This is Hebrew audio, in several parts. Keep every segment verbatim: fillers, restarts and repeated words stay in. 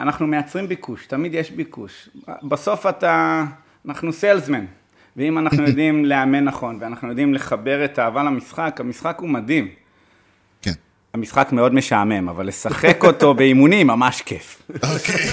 אנחנו מייצרים ביקוש, תמיד יש ביקוש. בסוף אתה, אנחנו סיילסמן, ואם אנחנו יודעים לאמן נכון, ואנחנו יודעים לחבר את האהבה למשחק, המשחק הוא מדהים. כן. המשחק מאוד משעמם, אבל לשחק אותו באימונים ממש כיף. אוקיי.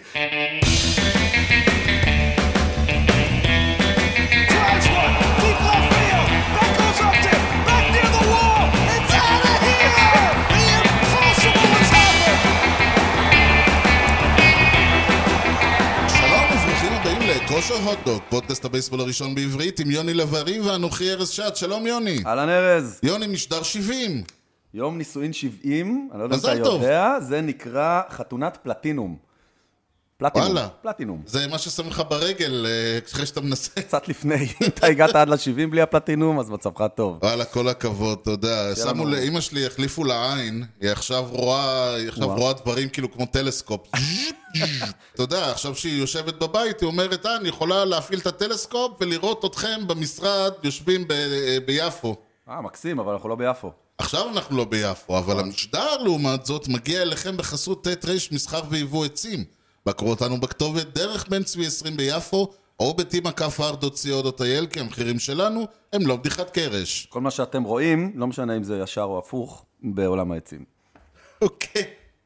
כושר הוטדוג, פודקאסט הבייסבול הראשון בעברית עם יוני לב-ארי ואנוכי ארז שץ. שלום יוני. אהלן ארז. יוני, משדר שבעים. יום נישואין שבעים, אני לא יודע אם אתה טוב. יודע, זה נקרא חתונת פלטינום. פלטינום, וואלה. פלטינום. זה מה ששם לך ברגל אחרי שאתה מנסה. קצת לפני, אם אתה הגעת עד ל-שבעים בלי הפלטינום, אז מצבך טוב. וואלה, כל הכבוד, תודה. שמו לאמא שלי, החליפו לעין, היא עכשיו רואה, היא עכשיו רואה דברים כאילו כמו טלסקופ. אתה יודע, עכשיו שהיא יושבת בבית, היא אומרת, אה, אני יכולה להפעיל את הטלסקופ ולראות אתכם במשרד יושבים ב- ביפו. אה, מקסים, אבל אנחנו לא ביפו. עכשיו אנחנו לא ביפו, אבל המשדר לעומת זאת מגיע אליכם בחסות ת' ר' מסחר ויבוא עצים. בקרו אותנו בכתובת דרך בן צבי עשרים ביפו, או בטימה כף אר דוט סי או דוט איי אל, כי המחירים שלנו הם לא בדיחת קרש. כל מה שאתם רואים, לא משנה אם זה ישר או הפוך, בעולם העצים. אוקיי.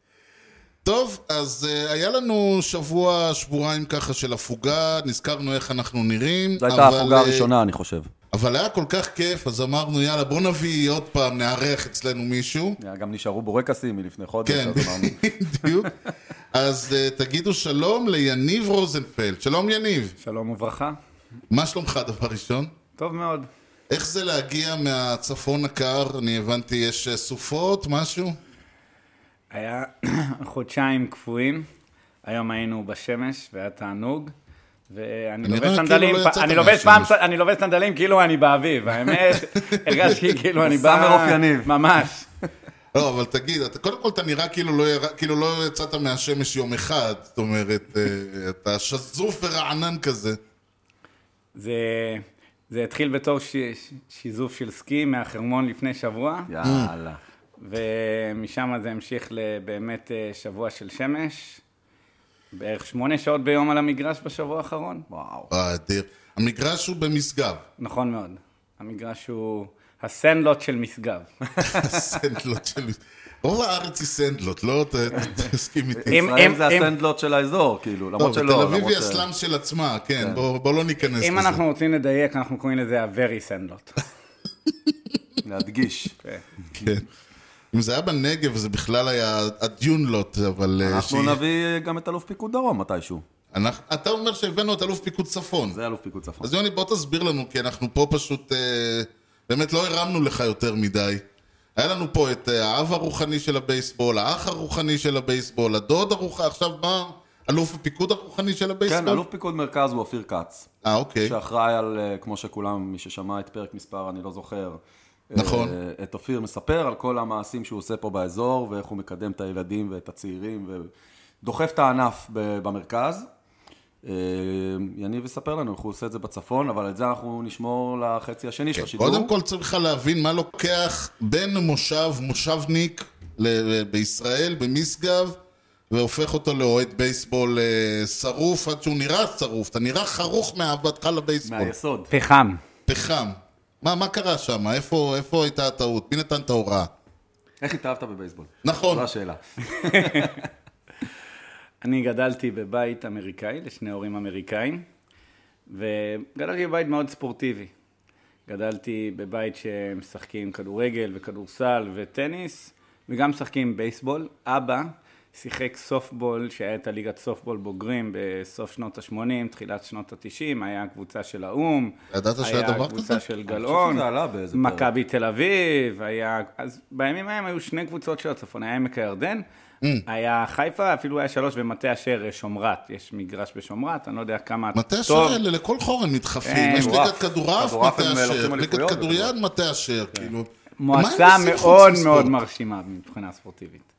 טוב, אז uh, היה לנו שבוע, שבועיים ככה של הפוגה, נזכרנו איך אנחנו נראים. זו הייתה ההפוגה הראשונה, אני חושב. אבל היה כל כך כיף, אז אמרנו, יאללה, בוא נביא עוד פעם, נערך אצלנו מישהו. גם נשארו בורקסים מלפני חודש. כן, בדיוק. אז uh, תגידו שלום ליניב רוזנפלד. שלום יניב. שלום וברכה. מה שלומך דבר ראשון? טוב מאוד. איך זה להגיע מהצפון הקר? אני הבנתי, יש סופות, משהו? היה חודשיים קפואים, היום היינו בשמש והיה תענוג, ואני לובש סנדלים, אני לובש פעם, אני לובש סנדלים כאילו אני באביב, האמת, הרגשתי כאילו אני בא... סמר אוף יניב. ממש. לא, אבל תגיד, אתה, קודם כל אתה נראה כאילו לא, כאילו לא יצאת מהשמש יום אחד, זאת אומרת, אתה שזוף ורענן כזה. זה, זה התחיל בתור ש, שיזוף של סקי מהחרמון לפני שבוע. יאללה. ומשם זה המשיך לבאמת שבוע של שמש, בערך שמונה שעות ביום על המגרש בשבוע האחרון. וואו. אדיר. המגרש הוא במשגב. נכון מאוד. המגרש הוא הסנדלוט של משגב. הסנדלוט של משגב. רוב הארץ היא סנדלוט, לא תסכים איתי. ישראל זה הסנדלוט של האזור, כאילו, למרות שלא. תל אביב היא הסלאם של עצמה, כן, בוא לא ניכנס לזה. אם אנחנו רוצים לדייק, אנחנו קוראים לזה ה-very סנדלוט. להדגיש. כן. אם זה היה בנגב, זה בכלל היה הדיונלוט, אבל... אנחנו נביא גם את אלוף פיקוד דרום מתישהו. אתה אומר שהבאנו את אלוף פיקוד צפון. זה אלוף פיקוד צפון. אז יוני, בוא תסביר לנו, כי אנחנו פה פשוט... באמת לא הרמנו לך יותר מדי. היה לנו פה את האב הרוחני של הבייסבול, האח הרוחני של הבייסבול, הדוד הרוחני, עכשיו מה? אלוף הפיקוד הרוחני של הבייסבול? כן, אלוף פיקוד מרכז הוא אופיר כץ. אה, אוקיי. שאחראי על, כמו שכולם, מי ששמע את פרק מספר, אני לא זוכר. נכון. את אופיר מספר על כל המעשים שהוא עושה פה באזור, ואיך הוא מקדם את הילדים ואת הצעירים, ודוחף את הענף במרכז. יניב יספר לנו איך הוא עושה את זה בצפון, אבל את זה אנחנו נשמור לחצי השני של השידור. קודם כל צריך להבין מה לוקח בין מושב, מושבניק בישראל, במשגב, והופך אותו לאוהד בייסבול שרוף, עד שהוא נראה שרוף, אתה נראה חרוך מאהבתך לבייסבול. מהיסוד. פחם. פחם. מה, מה קרה שם? איפה, איפה הייתה הטעות? מי נתן את ההוראה? איך התאהבת בבייסבול? נכון. זו השאלה. אני גדלתי בבית אמריקאי, לשני הורים אמריקאים, וגדלתי בבית מאוד ספורטיבי. גדלתי בבית שמשחקים כדורגל וכדורסל וטניס, וגם משחקים בייסבול. אבא שיחק סופטבול, שהיה את הליגת סופטבול בוגרים בסוף שנות ה-שמונים, תחילת שנות ה-תשעים, היה קבוצה של האום, היה קבוצה של גלאון, מכבי תל אביב, היה... אז בימים ההם היו שני קבוצות של הצפון, היה עמק הירדן, היה חיפה, אפילו היה שלוש, ומטה אשר שומרת, יש מגרש בשומרת, אני לא יודע כמה טוב. מטה אשר אלה לכל חורן מתחפים, יש ליגת כדורעף מטה אשר, ליגת כדוריד מטה אשר, כאילו... מועצה מאוד מאוד מרשימה מבחינה ספורטיבית.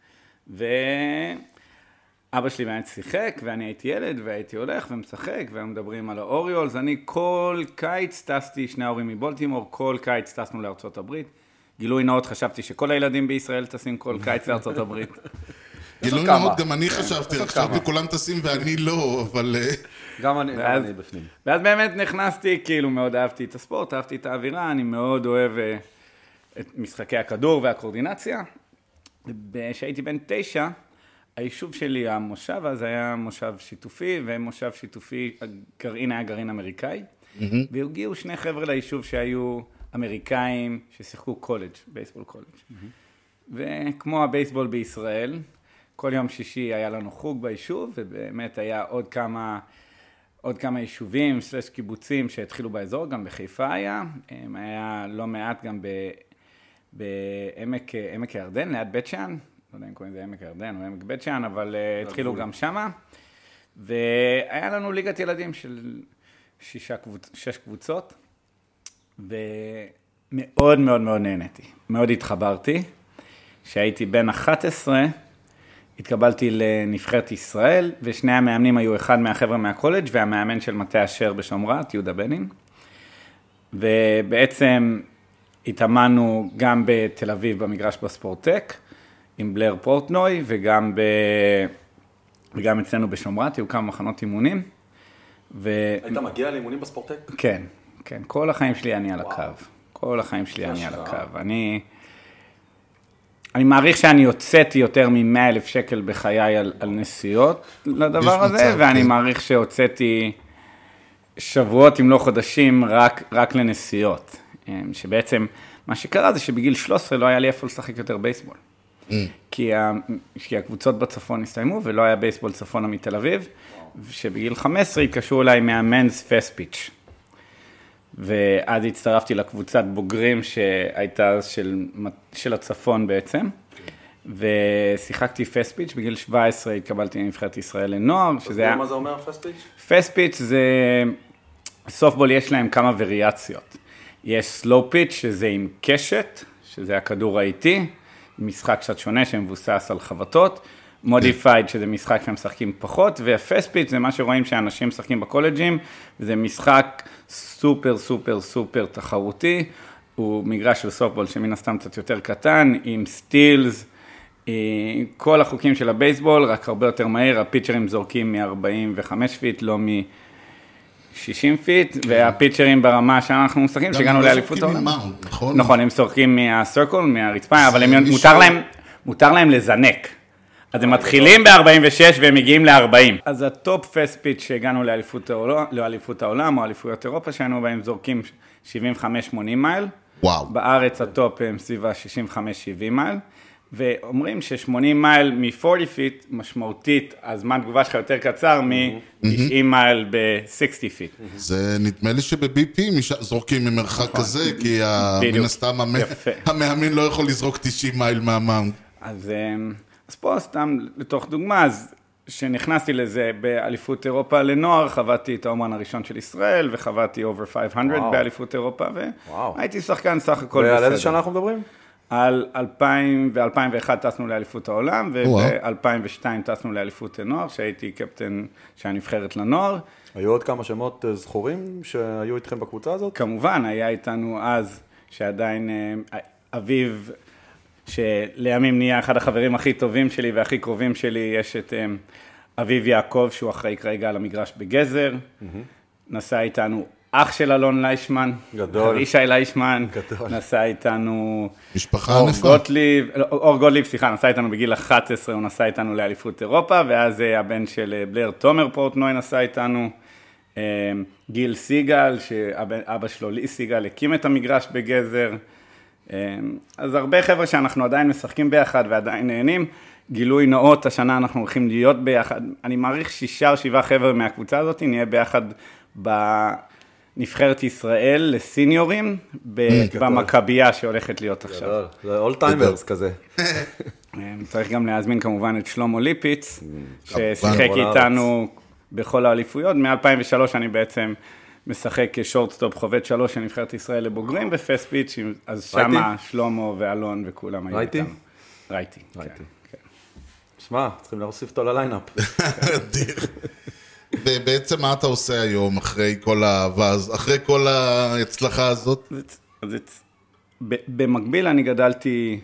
ואבא שלי באמת שיחק, ואני הייתי ילד, והייתי הולך ומשחק, והם מדברים על האוריולס. אני כל קיץ טסתי, שני ההורים מבולטימור, כל קיץ טסנו לארצות הברית. גילוי נאות, חשבתי שכל הילדים בישראל טסים כל קיץ לארצות הברית. גילוי נאות, גם אני חשבתי, חשבתי כולם טסים ואני לא, אבל... גם אני בפנים. ואז באמת נכנסתי, כאילו מאוד אהבתי את הספורט, אהבתי את האווירה, אני מאוד אוהב את משחקי הכדור והקורדינציה. כשהייתי בן תשע, היישוב שלי, המושב, אז היה מושב שיתופי, ומושב שיתופי, הגרעין היה גרעין אמריקאי, והגיעו שני חבר'ה ליישוב שהיו אמריקאים, ששיחקו קולג', בייסבול קולג'. וכמו הבייסבול בישראל, כל יום שישי היה לנו חוג ביישוב, ובאמת היה עוד כמה, עוד כמה יישובים, סלש קיבוצים שהתחילו באזור, גם בחיפה היה, היה לא מעט גם בעמק, עמק הירדן, ליד בית שאן, לא יודע אם קוראים לזה עמק הירדן או עמק בית שאן, אבל התחילו גם שמה, והיה לנו ליגת ילדים של שישה קבוצ... שש קבוצות, ומאוד מאוד מאוד נהניתי, מאוד התחברתי, שהייתי בן אחת עשרה, התקבלתי לנבחרת ישראל, ושני המאמנים היו אחד מהחבר'ה מהקולג' והמאמן של מטה אשר בשומרת, יהודה בנין. ובעצם התאמנו גם בתל אביב במגרש בספורטק, עם בלר פורטנוי, וגם, ב... וגם אצלנו בשומרת, היו כמה מחנות אימונים. ו... היית מגיע לאימונים בספורטק? כן, כן. כל החיים שלי אני על הקו. כל החיים שלי אני על הקו. אני... אני מעריך שאני הוצאתי יותר מ-מאה אלף שקל בחיי על, על נסיעות לדבר הזה, מצב, ואני כן. מעריך שהוצאתי שבועות אם לא חודשים רק, רק לנסיעות. שבעצם מה שקרה זה שבגיל שלוש עשרה לא היה לי איפה לשחק יותר בייסבול. Mm. כי, ה, כי הקבוצות בצפון הסתיימו ולא היה בייסבול צפונה מתל אביב, ושבגיל חמש עשרה התקשרו אליי מהמנס פסט פיץ'. ואז הצטרפתי לקבוצת בוגרים שהייתה של, של הצפון בעצם, ושיחקתי פסט פיץ', בגיל שבע עשרה התקבלתי לנבחרת ישראל לנוער, שזה היה... מה זה אומר פסט פיץ'? פסט פיץ' זה... סופטבול יש להם כמה וריאציות. יש סלואו פיץ' שזה עם קשת, שזה הכדור האיטי, משחק קצת שונה שמבוסס על חבטות, מודיפייד, שזה משחק שהם משחקים פחות, והפסט פיץ' זה מה שרואים שאנשים משחקים בקולג'ים, וזה משחק סופר סופר סופר תחרותי, הוא מגרש של סופטבול שמן הסתם קצת יותר קטן, עם סטילס, כל החוקים של הבייסבול, רק הרבה יותר מהר, הפיצ'רים זורקים מ-ארבעים וחמש פיט, לא מ-שישים פיט, והפיצ'רים ברמה שאנחנו משחקים, שהגענו לאליפות העולם. נכון? נכון, הם זורקים מהסרקל, מהרצפה, אבל מותר להם, מותר להם לזנק. אז הם מתחילים ב-ארבעים ושש והם מגיעים ל-ארבעים. אז הטופ פסט פיץ' שהגענו לאליפות העולם או אליפויות אירופה, שהיינו בהם זורקים שבעים וחמש שמונים מייל. וואו. בארץ הטופ הם סביב ה-שישים וחמש שבעים מייל. ואומרים ש-שמונים מייל מ-ארבעים פיט משמעותית, הזמן תגובה שלך יותר קצר מ-תשעים מייל ב-שישים פיט. זה נדמה לי שב-בי פי זורקים ממרחק כזה, כי מן הסתם המאמין לא יכול לזרוק תשעים מייל מהמאונד. אז... אז פה סתם לתוך דוגמה, אז שנכנסתי לזה באליפות אירופה לנוער, חוויתי את האומן הראשון של ישראל, וחוויתי over חמש מאות וואו. באליפות אירופה, והייתי שחקן סך הכל בסדר. ועל איזה שנה אנחנו מדברים? על אלפיים ו-אלפיים ואחת טסנו לאליפות העולם, וב-אלפיים ושתיים טסנו לאליפות הנוער, שהייתי קפטן שהיה נבחרת לנוער. היו עוד כמה שמות זכורים שהיו איתכם בקבוצה הזאת? כמובן, היה איתנו אז, שעדיין אביב... שלימים נהיה אחד החברים הכי טובים שלי והכי קרובים שלי, יש את אביב יעקב, שהוא אחראי כרגע על המגרש בגזר, נסע איתנו אח של אלון ליישמן, גדול, ישי ליישמן, גדול. נסע איתנו משפחה אור ענפה. גוטליב, אור גוטליב, סליחה, נסע איתנו בגיל אחת עשרה, הוא נסע איתנו לאליפות אירופה, ואז הבן של בלר תומר פורטנוי נסע איתנו, גיל סיגל, שאבא שלו לי סיגל, הקים את המגרש בגזר, אז הרבה חבר'ה שאנחנו עדיין משחקים ביחד ועדיין נהנים, גילוי נאות, השנה אנחנו הולכים להיות ביחד, אני מעריך שישה או שבעה חבר'ה מהקבוצה הזאת, נהיה ביחד בנבחרת ישראל לסיניורים, במכבייה שהולכת להיות עכשיו. זה אול טיימרס כזה. צריך גם להזמין כמובן את שלמה ליפיץ, ששיחק איתנו בכל האליפויות, מ-אלפיים ושלוש אני בעצם... משחק כשורטסטופ חובט שלוש של נבחרת ישראל לבוגרים בפסט פיץ', אז שמה שלמה ואלון וכולם היו איתנו. ראיתי? ראיתי. שמע, צריכים להוסיף אותו לליינאפ. אדיר. ובעצם מה אתה עושה היום אחרי כל האהבה, אחרי כל ההצלחה הזאת? אז במקביל אני גדלתי,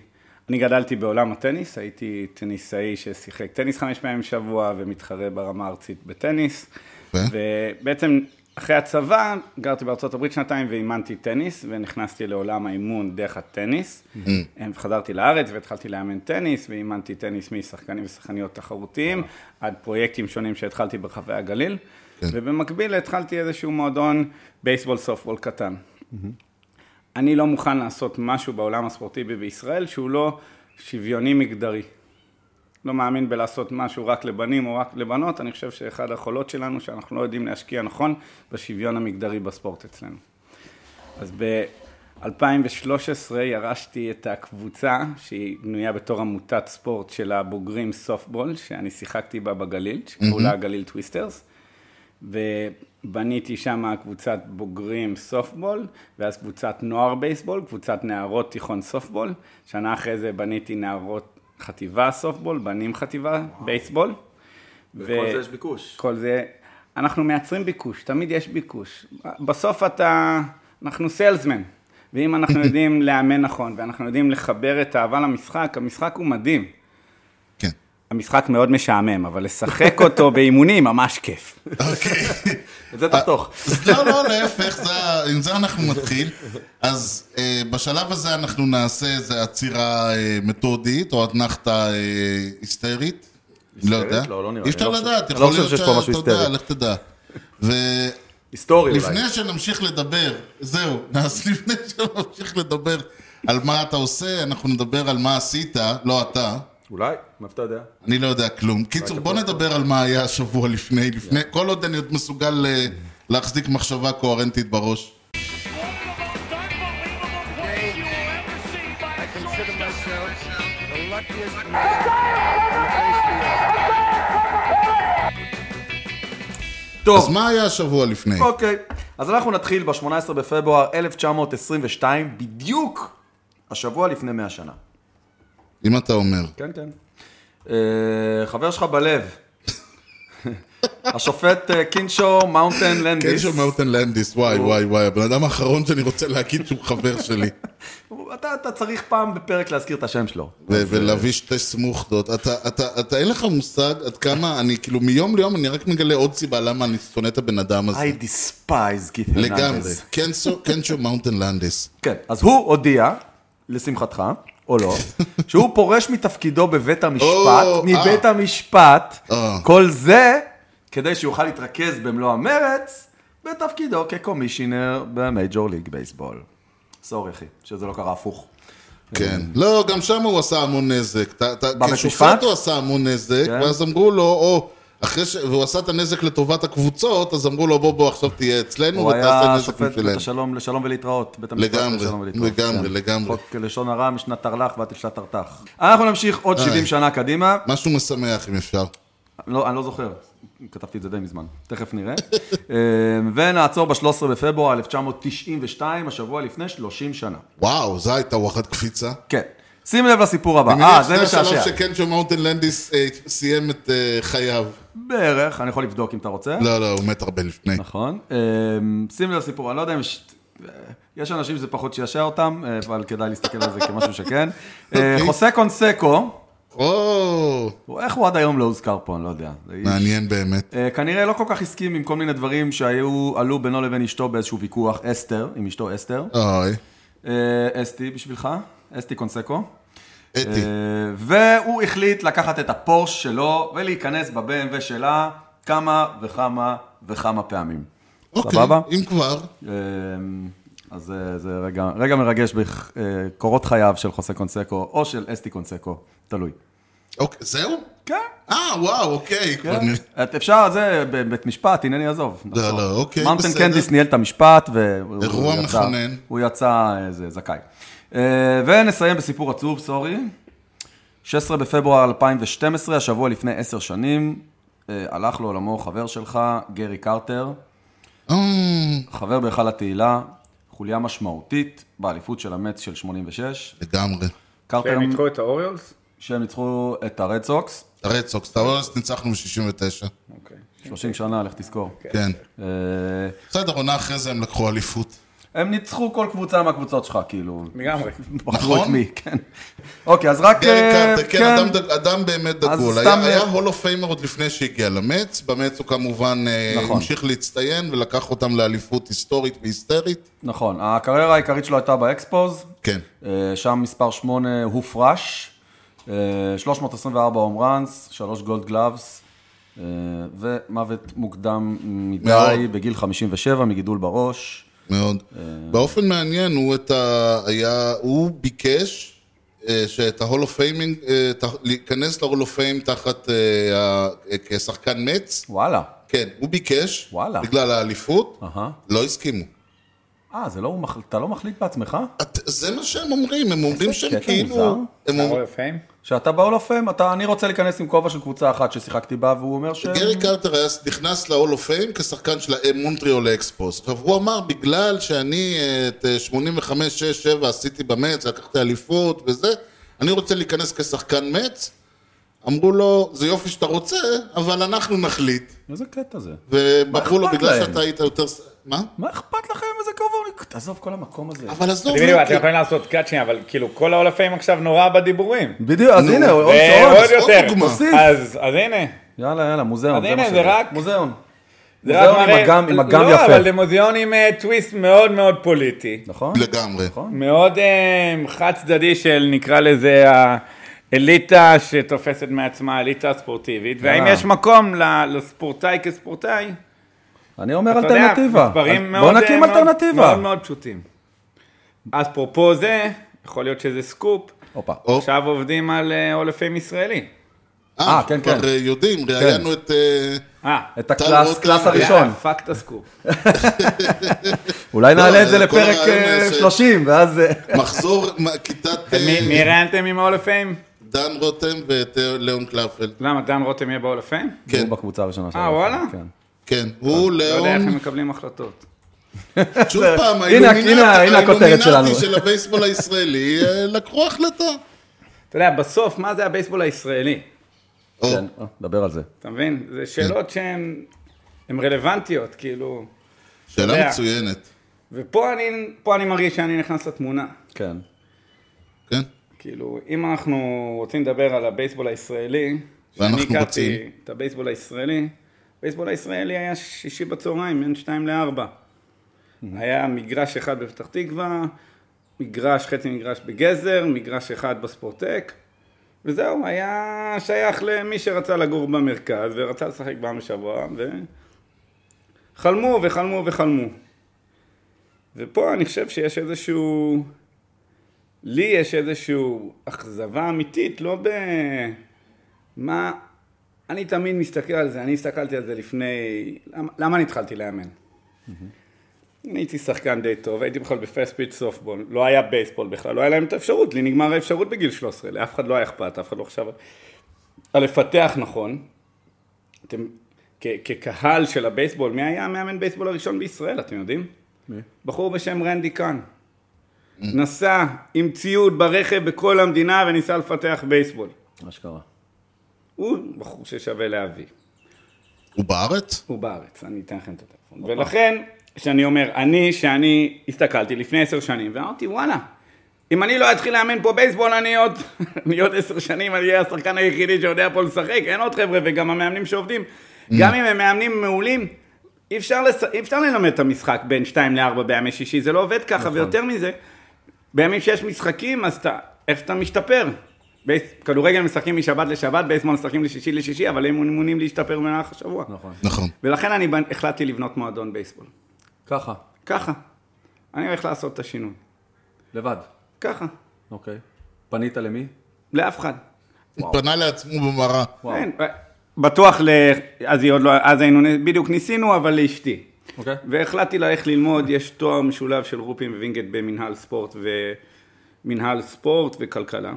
אני גדלתי בעולם הטניס, הייתי טניסאי ששיחק טניס חמש פעמים בשבוע ומתחרה ברמה הארצית בטניס. ו? ובעצם אחרי הצבא גרתי בארצות הברית שנתיים ואימנתי טניס, ונכנסתי לעולם האימון דרך הטניס. Mm-hmm. וחזרתי לארץ והתחלתי לאמן טניס, ואימנתי טניס משחקנים ושחקניות תחרותיים, wow. עד פרויקטים שונים שהתחלתי ברחבי הגליל. Okay. ובמקביל התחלתי איזשהו מועדון בייסבול סופטבול קטן. Mm-hmm. אני לא מוכן לעשות משהו בעולם הספורטיבי בישראל שהוא לא שוויוני מגדרי. לא מאמין בלעשות משהו רק לבנים או רק לבנות, אני חושב שאחד החולות שלנו שאנחנו לא יודעים להשקיע נכון בשוויון המגדרי בספורט אצלנו. אז ב-אלפיים ושלוש עשרה ירשתי את הקבוצה שהיא בנויה בתור עמותת ספורט של הבוגרים סופטבול, שאני שיחקתי בה בגליל, שקראו לה גליל טוויסטרס, ובניתי שם קבוצת בוגרים סופטבול, ואז קבוצת נוער בייסבול, קבוצת נערות תיכון סופטבול, שנה אחרי זה בניתי נערות חטיבה סופטבול, בנים חטיבה בייסבול. וכל זה יש ביקוש. כל זה, אנחנו מייצרים ביקוש, תמיד יש ביקוש. בסוף אתה, אנחנו סיילסמן, ואם אנחנו יודעים לאמן נכון, ואנחנו יודעים לחבר את האהבה למשחק, המשחק הוא מדהים. כן. המשחק מאוד משעמם, אבל לשחק אותו באימונים ממש כיף. אוקיי. את זה תחתוך. לא, לא, להפך, עם זה אנחנו מתחיל. אז בשלב הזה אנחנו נעשה איזו עצירה מתודית, או אתנחתה היסטרית. לא יודע. לא, לא נראה. אי אפשר לדעת, יכול להיות שאתה יודע, לך תדע. היסטורי אולי. לפני שנמשיך לדבר, זהו, אז לפני שנמשיך לדבר על מה אתה עושה, אנחנו נדבר על מה עשית, לא אתה. אולי, מה אתה יודע? אני לא יודע כלום. קיצור, בוא נדבר על מה היה השבוע לפני, לפני, כל עוד אני עוד מסוגל להחזיק מחשבה קוהרנטית בראש. טוב. אז מה היה השבוע לפני? אוקיי, אז אנחנו נתחיל ב-שמונה עשרה בפברואר אלף תשע מאות עשרים ושתיים, בדיוק השבוע לפני מאה שנה. אם אתה אומר. כן, כן. חבר שלך בלב. השופט קינשו מאונטן לנדיס. קינשו מאונטן לנדיס, וואי, וואי, וואי. הבן אדם האחרון שאני רוצה להגיד שהוא חבר שלי. אתה צריך פעם בפרק להזכיר את השם שלו. ולהביא שתי סמוכתות. אתה, אין לך מושג עד כמה, אני כאילו מיום ליום אני רק מגלה עוד סיבה למה אני שונא את הבן אדם הזה. I despise קית' הרננדז. לגמרי. קינשו מאונטן לנדיס. כן, אז הוא הודיע, לשמחתך, או לא, שהוא פורש מתפקידו בבית המשפט, מבית המשפט, כל זה כדי שיוכל להתרכז במלוא המרץ בתפקידו כקומישיונר במייג'ור ליג בייסבול. סורי אחי, שזה לא קרה הפוך. כן, לא, גם שם הוא עשה המון נזק. במשפט? הוא עשה המון נזק, ואז אמרו לו, או, אחרי ש... והוא עשה את הנזק לטובת הקבוצות, אז אמרו לו, בוא בוא עכשיו תהיה אצלנו ותעשה נזק משלם. הוא היה שופט לשלום ולהתראות. לגמרי, לגמרי, לגמרי. חוק לשון הרע משנת תרל"ח ועד לשנת תרת"ח. אנחנו נמשיך עוד שבעים שנה קדימה. משהו משמח אם אפשר. לא, אני לא זוכר. כתבתי את זה די מזמן. תכף נראה. ונעצור ב-שלושה עשר בפברואר אלף תשע מאות תשעים ושתיים, השבוע לפני שלושים שנה. וואו, זו הייתה וואחד קפיצה. כן. שים לב לסיפור הבא. אה, זה משעשע. אני מניח שקינשו מאונטן לנדיס סיים את חייו. בערך, אני יכול לבדוק אם אתה רוצה. לא, לא, הוא מת הרבה לפני. נכון. שים לב לסיפור, אני לא יודע אם יש... יש אנשים שזה פחות שישע אותם, אבל כדאי להסתכל על זה כמשהו שכן. חוסה קונסקו, איך הוא עד היום לא הוזכר פה, אני לא יודע. מעניין באמת. כנראה לא כל כך הסכים עם כל מיני דברים שהיו, עלו בינו לבין אשתו באיזשהו ויכוח, אסתר, עם אשתו אסתר. אוי. אסתי בשבילך, אסתי קונסקו. אתי. והוא החליט לקחת את הפורש שלו ולהיכנס ב-בי אם דאבליו שלה כמה וכמה וכמה פעמים. סבבה? אם כבר. אז זה רגע, רגע מרגש בקורות חייו של חוסה קונסקו, או של אסתי קונסקו, תלוי. אוקיי, זהו? כן. אה, וואו, אוקיי. אפשר, זה בבית משפט, הנה אני אעזוב. לא, לא, אוקיי, בסדר. מאונטן קנדיס ניהל את המשפט, אירוע מכונן. והוא יצא זכאי. ונסיים בסיפור עצוב, סורי. שישה עשר בפברואר אלפיים ושתים עשרה, השבוע לפני עשר שנים, הלך לעולמו חבר שלך, גרי קרטר. חבר בהיכל התהילה. חוליה משמעותית באליפות של המץ של שמונים ושש. לגמרי. שהם ניצחו את האוריולס? שהם ניצחו את הרד סוקס. הרד סוקס, את האוריולס ניצחנו ב-שישים ותשע. שלושים שנה, לך תזכור. כן. בסדר, עונה אחרי זה הם לקחו אליפות. הם ניצחו כל קבוצה מהקבוצות שלך, כאילו. לגמרי. בחרו את מי, כן. אוקיי, אז רק... גרי קרטר, כן, אדם, אדם באמת דגול. היה, סתם... היה הול אוף פיימר עוד לפני שהגיע למץ, במץ הוא כמובן נכון. המשיך להצטיין ולקח אותם לאליפות היסטורית והיסטרית. נכון, הקריירה העיקרית שלו הייתה באקספוז. כן. שם מספר שמונה הופרש, שלוש מאות עשרים וארבע הום ראנס, שלוש גולד גלאבס, ומוות מוקדם מדי מאוד. בגיל חמישים ושבע מגידול בראש. מאוד. באופן מעניין הוא את ה... היה... הוא ביקש שאת ההול אוף פיימינג, להיכנס להול אוף פיים תחת כשחקן מצ. וואלה. כן, הוא ביקש. וואלה. בגלל האליפות. לא הסכימו. אה, זה לא, אתה לא מחליט בעצמך? את, זה מה שהם אומרים, הם אומרים שהם כאילו... הם אומרים... שאתה בהול אוף פיים, אני רוצה להיכנס עם כובע של קבוצה אחת ששיחקתי בה, והוא אומר ש... גרי קרטר היה נכנס להול אוף פיים כשחקן של מונטריאול אקספוס. עכשיו, הוא אמר, בגלל שאני את שמונים וחמש שש שבע עשיתי במץ, לקחתי אליפות וזה, אני רוצה להיכנס כשחקן מצ, אמרו לו, זה יופי שאתה רוצה, אבל אנחנו נחליט. איזה קטע זה? ובחרו לו, בגלל שאתה היית יותר... מה? מה אכפת לכם איזה כבוד? תעזוב כל המקום הזה. אבל עזוב... בדיוק, אתם יכולים לעשות קאט שנייה, אבל כאילו כל ההול אוף פיים עכשיו נורא בדיבורים. בדיוק, אז הנה, עוד יותר. אז הנה. יאללה, יאללה, מוזיאון. אז הנה, זה רק... מוזיאון. מוזיאון עם אגם יפה. לא, אבל זה מוזיאון עם טוויסט מאוד מאוד פוליטי. נכון? לגמרי. מאוד חד צדדי של נקרא לזה האליטה שתופסת מעצמה, אליטה ספורטיבית. והאם יש מקום לספורטאי כספורטאי? אני אומר אלטרנטיבה. בוא נקים אלטרנטיבה. מאוד מאוד פשוטים. אז פרופו זה, יכול להיות שזה סקופ. עכשיו עובדים על הול אוף פיים ישראלי. אה, כן, כן. כבר יודעים, ראיינו את... את הקלאס הראשון. פאקט הסקופ. אולי נעלה את זה לפרק שלושים, ואז... מחזור כיתת... מי ראיינתם עם ההול אוף פיים? דן רותם ואת ליאון קלאפל. למה, דן רותם יהיה בהול אוף פיים? כן. הוא בקבוצה הראשונה שלנו. אה, וואלה? כן, הוא ליאון... לא יודע איך הם מקבלים החלטות. שוב פעם, האילומינטי של הבייסבול הישראלי לקחו החלטה. אתה יודע, בסוף, מה זה הבייסבול הישראלי? כן, דבר על זה. אתה מבין? זה שאלות שהן רלוונטיות, כאילו... שאלה מצוינת. ופה אני מרגיש שאני נכנס לתמונה. כן. כן. כאילו, אם אנחנו רוצים לדבר על הבייסבול הישראלי, שאני הכרתי את הבייסבול הישראלי, הבייסבול הישראלי היה שישי בצהריים, בין שתיים לארבע. היה מגרש אחד בפתח תקווה, מגרש, חצי מגרש בגזר, מגרש אחד בספורטק, וזהו, היה שייך למי שרצה לגור במרכז, ורצה לשחק פעם בשבוע, וחלמו וחלמו וחלמו. ופה אני חושב שיש איזשהו, לי יש איזשהו אכזבה אמיתית, לא ב... מה... אני תמיד מסתכל על זה, אני הסתכלתי על זה לפני... למה, למה אני התחלתי לאמן? Mm-hmm. אני הייתי שחקן די טוב, הייתי בכלל בפסט פיץ' סופטבול, לא היה בייסבול בכלל, לא היה להם את האפשרות, לי נגמר האפשרות בגיל שלוש עשרה, לאף אחד לא היה אכפת, אף אחד לא חשב על לפתח נכון. אתם, כ- כקהל של הבייסבול, מי היה המאמן בייסבול הראשון בישראל, אתם יודעים? מי? בחור בשם רנדי קאן. Mm-hmm. נסע עם ציוד ברכב בכל המדינה וניסה לפתח בייסבול. מה שקרה? הוא בחור ששווה להביא. הוא בארץ? הוא בארץ, אני אתן לכם את הטלפון. ולכן, שאני אומר, אני, שאני הסתכלתי לפני עשר שנים, ואמרתי, וואלה, אם אני לא אתחיל לאמן פה בייסבול, אני עוד, אני עוד עשר שנים, אני אהיה השחקן היחידי שיודע פה לשחק, אין עוד חבר'ה, וגם המאמנים שעובדים, גם אם הם מאמנים מעולים, אי אפשר, לס... אי אפשר ללמד את המשחק בין שתיים לארבע בימי שישי, זה לא עובד ככה, ויותר מזה, בימים שיש משחקים, אז אתה, איך אתה משתפר? בייס, כדורגל משחקים משבת לשבת, בייסבול משחקים לשישי לשישי, אבל הם מונים להשתפר במהלך השבוע. נכון. נכון. ולכן אני החלטתי לבנות מועדון בייסבול. ככה? ככה. אני הולך לעשות את השינוי. לבד? ככה. אוקיי. פנית למי? לאף אחד. פנה לעצמו במראה. אין, בטוח, ל... אז, לא... אז היינו בדיוק ניסינו, אבל לאשתי. אוקיי. והחלטתי ללכת ללמוד, יש תואר משולב של רופין ווינגט במנהל ספורט ומנהל ספורט וכלכלה.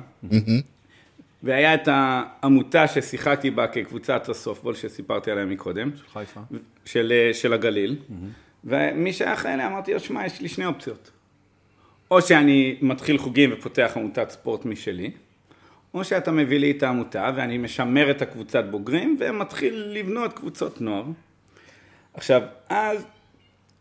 והיה את העמותה ששיחקתי בה כקבוצת הסופטבול שסיפרתי עליה מקודם. של חיפה. של, של הגליל. ומי שהיה חיילה אמרתי לו, שמע, יש לי שני אופציות. או שאני מתחיל חוגים ופותח עמותת ספורט משלי, או שאתה מביא לי את העמותה ואני משמר את הקבוצת בוגרים ומתחיל לבנות קבוצות נוער. עכשיו, אז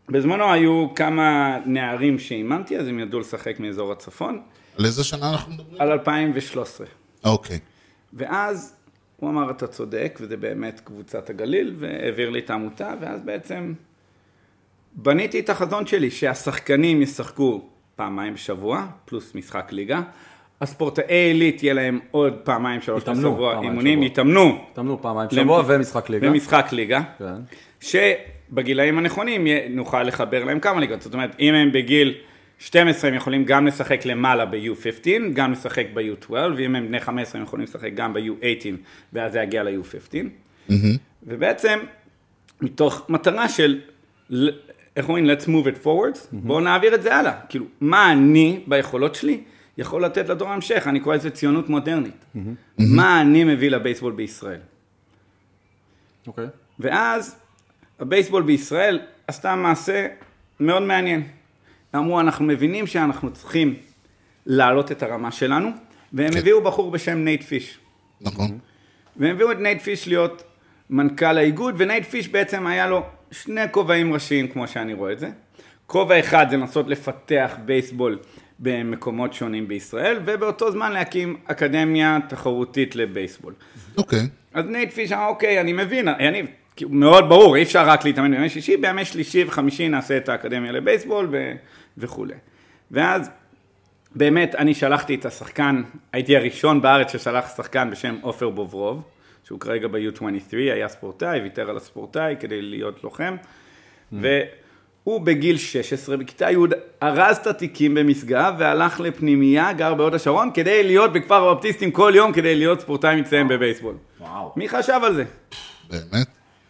בזמנו היו כמה נערים שאימנתי, אז הם ידעו לשחק מאזור הצפון. על איזה שנה אנחנו מדברים? על אלפיים ושלוש עשרה. אוקיי. ואז הוא אמר, אתה צודק, וזה באמת קבוצת הגליל, והעביר לי את העמותה, ואז בעצם בניתי את החזון שלי, שהשחקנים ישחקו פעמיים בשבוע, פלוס משחק ליגה. הספורטאי עילית יהיה להם עוד פעמיים, שלוש בשבוע, אימונים, יתאמנו. יתאמנו פעמיים בשבוע ומשחק ליגה. ומשחק ליגה. כן. שבגילאים הנכונים נוכל לחבר להם כמה ליגות. זאת אומרת, אם הם בגיל שתים עשרה הם יכולים גם לשחק למעלה ב-יו חמש עשרה, גם לשחק ב-יו שתים עשרה, ואם הם בני חמש עשרה הם יכולים לשחק גם ב-יו שמונה עשרה, ואז זה יגיע ל-יו חמש עשרה. Mm-hmm. ובעצם, מתוך מטרה של, איך אומרים, let's move it forward, mm-hmm. בואו נעביר את זה הלאה. כאילו, מה אני, ביכולות שלי, יכול לתת לדור המשך? אני קורא לזה ציונות מודרנית. Mm-hmm. מה אני מביא לבייסבול בישראל? אוקיי. Okay. ואז, הבייסבול בישראל עשתה מעשה מאוד מעניין. אמרו, אנחנו מבינים שאנחנו צריכים להעלות את הרמה שלנו, והם הביאו בחור בשם נייט פיש. נכון. והם הביאו את נייט פיש להיות מנכ"ל האיגוד, ונייט פיש בעצם היה לו שני כובעים ראשיים, כמו שאני רואה את זה. כובע אחד זה לנסות לפתח בייסבול במקומות שונים בישראל, ובאותו זמן להקים אקדמיה תחרותית לבייסבול. אוקיי. אז נייט פיש אמר, אוקיי, אני מבין, אני... מאוד ברור, אי אפשר רק להתאמן בימי שישי, בימי שלישי וחמישי נעשה את האקדמיה לבייסבול ו... וכו'. ואז באמת אני שלחתי את השחקן, הייתי הראשון בארץ ששלח שחקן בשם עופר בוברוב, שהוא כרגע ב-יו עשרים ושלוש, היה ספורטאי, ויתר על הספורטאי כדי להיות לוחם, mm. והוא בגיל שש עשרה בכיתה י' ארז את התיקים במסגב, והלך לפנימייה, גר בהוד השרון, כדי להיות בכפר האופטיסטים כל יום, כדי להיות ספורטאי מצטיין בבייסבול. וואו. מי חשב על זה? באמת?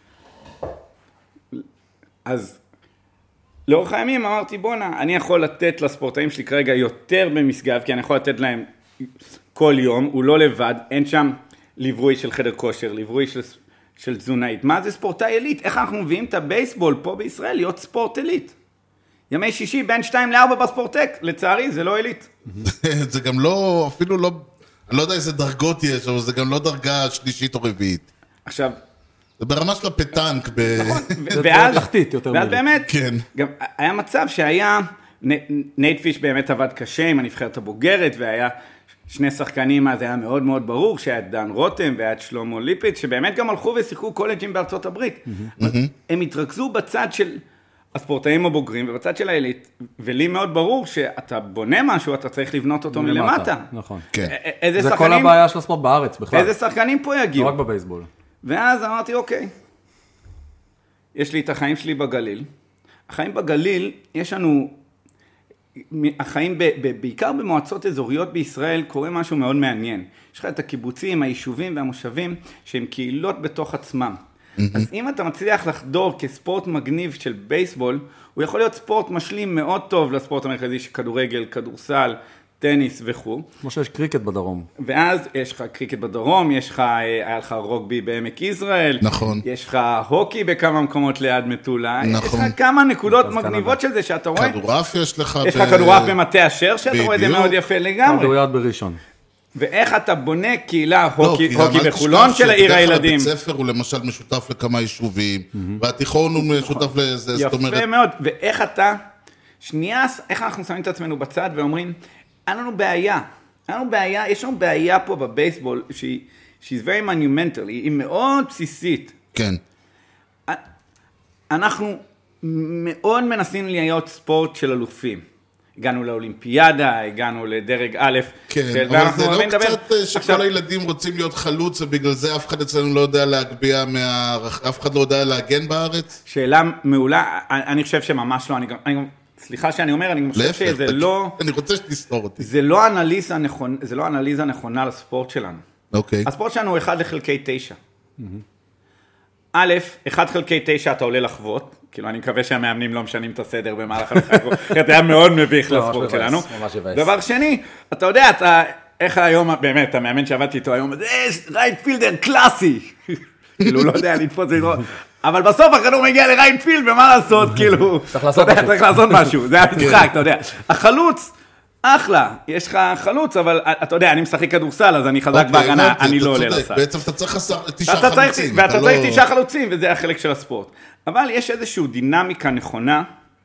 אז לאורך הימים אמרתי, בונה, אני יכול לתת לספורטאים שלי כרגע יותר במסגב, כי אני יכול לתת להם כל יום, הוא לא לבד, אין שם ליווי של חדר כושר, ליווי של, של תזונאית. מה זה ספורטאי עילית? איך אנחנו מביאים את הבייסבול פה בישראל להיות ספורט עילית? ימי שישי בין שתיים לארבע בספורטק, לצערי זה לא עילית. זה גם לא, אפילו לא, אני לא יודע איזה דרגות יש, אבל זה גם לא דרגה שלישית או רביעית. עכשיו, זה ברמה של הפטנק. נכון, ואז ואז באמת, כן. גם היה מצב שהיה, נייט פיש באמת עבד קשה עם הנבחרת הבוגרת, והיה שני שחקנים, אז היה מאוד מאוד ברור, שהיה את דן רותם והיה את שלמה ליפיץ', שבאמת גם הלכו ושיחקו קולג'ים בארצות הברית. הם התרכזו בצד של הספורטאים הבוגרים, ובצד של העילית, ולי מאוד ברור שאתה בונה משהו, אתה צריך לבנות אותו מלמטה. נכון. זה כל הבעיה של הספורט בארץ בכלל. איזה שחקנים פה יגיעו? לא רק בבייסבול. ואז אמרתי, אוקיי, יש לי את החיים שלי בגליל. החיים בגליל, יש לנו, החיים ב, ב, בעיקר במועצות אזוריות בישראל, קורה משהו מאוד מעניין. יש לך את הקיבוצים, היישובים והמושבים, שהם קהילות בתוך עצמם. Mm-hmm. אז אם אתה מצליח לחדור כספורט מגניב של בייסבול, הוא יכול להיות ספורט משלים מאוד טוב לספורט המרכזי של כדורגל, כדורסל, טניס וכו'. כמו שיש קריקט בדרום. ואז יש לך קריקט בדרום, יש לך, היה לך רוגבי בעמק יזרעאל. נכון. יש לך הוקי בכמה מקומות ליד מטולה. נכון. יש לך כמה נקודות מגניבות של זה שאתה רואה. כדורעף יש לך. יש לך כדורעף במטה אשר, שאתה רואה את זה מאוד יפה לגמרי. כדוריד בראשון. ואיך אתה בונה קהילה הוקי בחולון של העיר הילדים. בית ספר הוא למשל משותף לכמה יישובים, והתיכון הוא משותף לזה. יפה מאוד. ואיך אתה, שנייה, איך אנחנו שמים את עצמנו בצד ואומרים, אין לנו בעיה, אין לנו בעיה, יש לנו בעיה פה בבייסבול, שהיא, she's very monumental, היא מאוד בסיסית. כן. אנחנו מאוד מנסים להיות ספורט של אלופים. הגענו לאולימפיאדה, הגענו לדרג א', כן, של, אבל זה לא קצת דבר... שכל עכשיו... הילדים רוצים להיות חלוץ, ובגלל זה אף אחד אצלנו לא יודע להגביע, מה... אף אחד לא יודע להגן בארץ? שאלה מעולה, אני חושב שממש לא, אני גם... אני גם... סליחה שאני אומר, אני חושב שזה לא... אני רוצה שתסתור אותי. זה לא אנליזה נכונה, זה לא אנליזה נכונה לספורט שלנו. אוקיי. הספורט שלנו הוא אחד לחלקי תשע. א', אחד חלקי תשע אתה עולה לחוות, כאילו אני מקווה שהמאמנים לא משנים את הסדר במהלך המשחק, כי אתה היה מאוד מביך לספורט שלנו. דבר שני, אתה יודע, אתה, איך היום, באמת, המאמן שעבדתי איתו היום, זה רייט פילדר קלאסי. כאילו, לא יודע, לתפוס את זה. אבל בסוף הכדור מגיע לרייט פילד, ומה לעשות, כאילו, צריך לעשות משהו, זה המשחק, אתה יודע. החלוץ, אחלה, יש לך חלוץ, אבל אתה יודע, אני משחק כדורסל, אז אני חזק בהגנה, אני לא עולה לסל. בעצם אתה צריך תשעה חלוצים. ואתה צריך תשעה חלוצים, וזה החלק של הספורט. אבל יש איזושהי דינמיקה נכונה,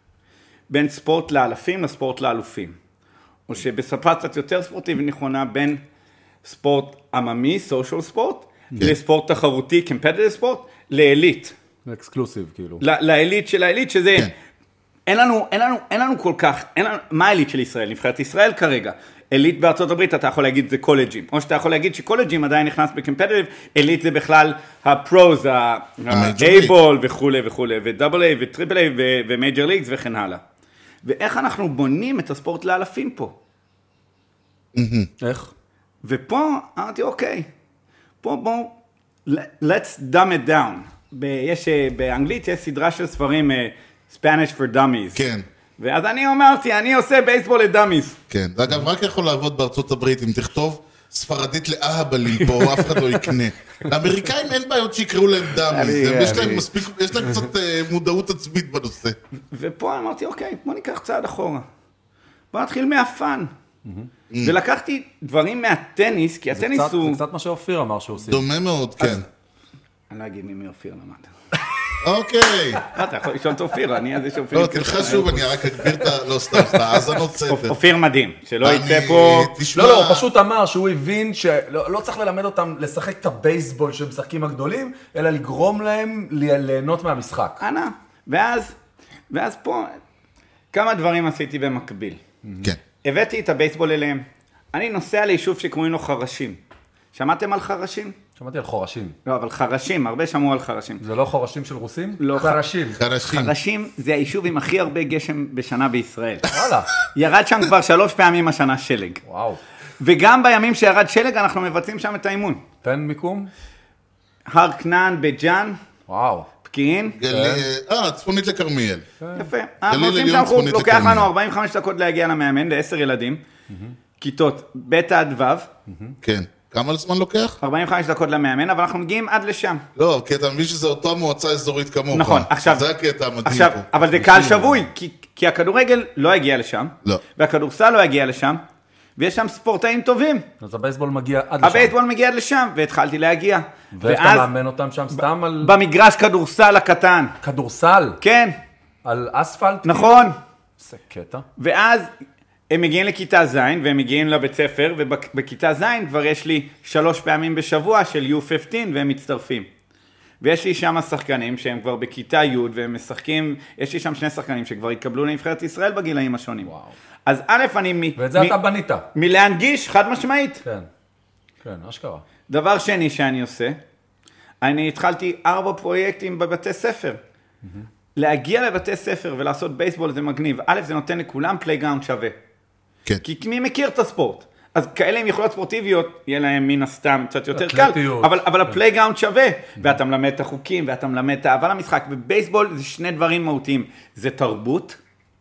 בין ספורט לאלפים לספורט לאלופים. או שבשפה קצת יותר ספורטיבית נכונה בין ספורט עממי, סושיאל ספורט, לספורט תחרותי, קמפטיטיב ספורט, לאליט. אקסקלוסיב, כאילו. לאליט של האליט, שזה... אין לנו, אין לנו, אין לנו כל כך, אין לנו, מה האליט של ישראל? נבחרת ישראל כרגע. אליט בארצות הברית, אתה יכול להגיד זה קולג'ים. או שאתה יכול להגיד שקולג'ים עדיין נכנס בקמפטיטיב, אליט זה בכלל הפרוז, ה-A-בול וכו' וכו', ודאבל איי וטריפל איי ומייג'ר ליגס וכן הלאה. ואיך אנחנו בונים את הספורט לאלפים פה? איך? ופה אמרתי, אוקיי, פה בואו, let's dumb it down. יש, באנגלית יש סדרה של ספרים, Spanish for Dummies. כן. ואז אני אמרתי, אני עושה בייסבול לדאמיז. כן, זה אגב רק יכול לעבוד בארצות הברית, אם תכתוב ספרדית לאהבלים פה, אף אחד לא יקנה. לאמריקאים אין בעיות שיקראו להם דאמיז, יש להם מספיק, יש להם קצת מודעות עצמית בנושא. ופה אמרתי, אוקיי, בוא ניקח צעד אחורה. בוא נתחיל מהפן. ולקחתי דברים מהטניס, כי הטניס הוא... זה קצת מה שאופיר אמר שהוא עושה. דומה מאוד, כן. אני לא אגיד ממי אופיר למד. אוקיי. אתה יכול לשאול את אופיר, אני הזה שאופיר... לא, תלך שוב, אני רק אגביר את ה... לא, סתם, סתם, האזנות סתר. אופיר מדהים, שלא יצא פה... לא, לא, הוא פשוט אמר שהוא הבין שלא צריך ללמד אותם לשחק את הבייסבול של משחקים הגדולים, אלא לגרום להם ליהנות מהמשחק. ענה. ואז, ואז פה, כמה דברים עשיתי במקביל. כן. הבאתי את הבייסבול אליהם. אני נוסע ליישוב שקוראים לו חרשים. שמעתם על חרשים? שמעתי על חורשים. לא, אבל חרשים, הרבה שמעו על חרשים. זה לא חורשים של רוסים? לא. חרשים. חרשים. חרשים זה היישוב עם הכי הרבה גשם בשנה בישראל. וואלה. ירד שם כבר שלוש פעמים השנה שלג. וואו. וגם בימים שירד שלג אנחנו מבצעים שם את האימון. תן מיקום? הר כנען, בית ג'אן. וואו. פקיעין. אה, צפונית לכרמיאל. יפה. אנחנו עושים שם חוץ, לוקח לנו ארבעים וחמש דקות להגיע למאמן, לעשר ילדים. כיתות ב' עד ו'. כן. כמה זמן לוקח? ארבעים וחמש דקות למאמן, אבל אנחנו מגיעים עד לשם. לא, כי אתה מבין שזה אותו מועצה אזורית כמוך. נכון, עכשיו... זה הקטע המדהים עכשיו, פה. אבל זה קהל שבוי, כי, כי הכדורגל לא הגיע לשם. לא. והכדורסל לא הגיע לשם, ויש שם ספורטאים טובים. אז הבייסבול מגיע עד לשם. הבייסבול מגיע עד לשם, והתחלתי להגיע. ואיך אתה מאמן אותם שם סתם על... במגרש כדורסל הקטן. כדורסל? כן. על אספלט? נכון. זה קטע. ואז... הם מגיעים לכיתה ז' והם מגיעים לבית ספר, ובכיתה ז' כבר יש לי שלוש פעמים בשבוע של יו חמש עשרה והם מצטרפים. ויש לי שם שחקנים שהם כבר בכיתה י' והם משחקים, יש לי שם שני שחקנים שכבר התקבלו לנבחרת ישראל בגילאים השונים. וואו. אז א' אני... מ, ואת זה מ, אתה בנית. מלהנגיש, חד משמעית. כן, כן, אשכרה. דבר שני שאני עושה, אני התחלתי ארבע פרויקטים בבתי ספר. Mm-hmm. להגיע לבתי ספר ולעשות בייסבול זה מגניב. א' זה נותן לכולם פלייגראונד שווה. כן. כי מי מכיר את הספורט? אז כאלה עם יכולות ספורטיביות, יהיה להם מן הסתם קצת יותר קל, אבל, אבל הפלייגראונד שווה, ואתה מלמד את החוקים, ואתה מלמד את האהבה למשחק, ובייסבול זה שני דברים מהותיים, זה תרבות,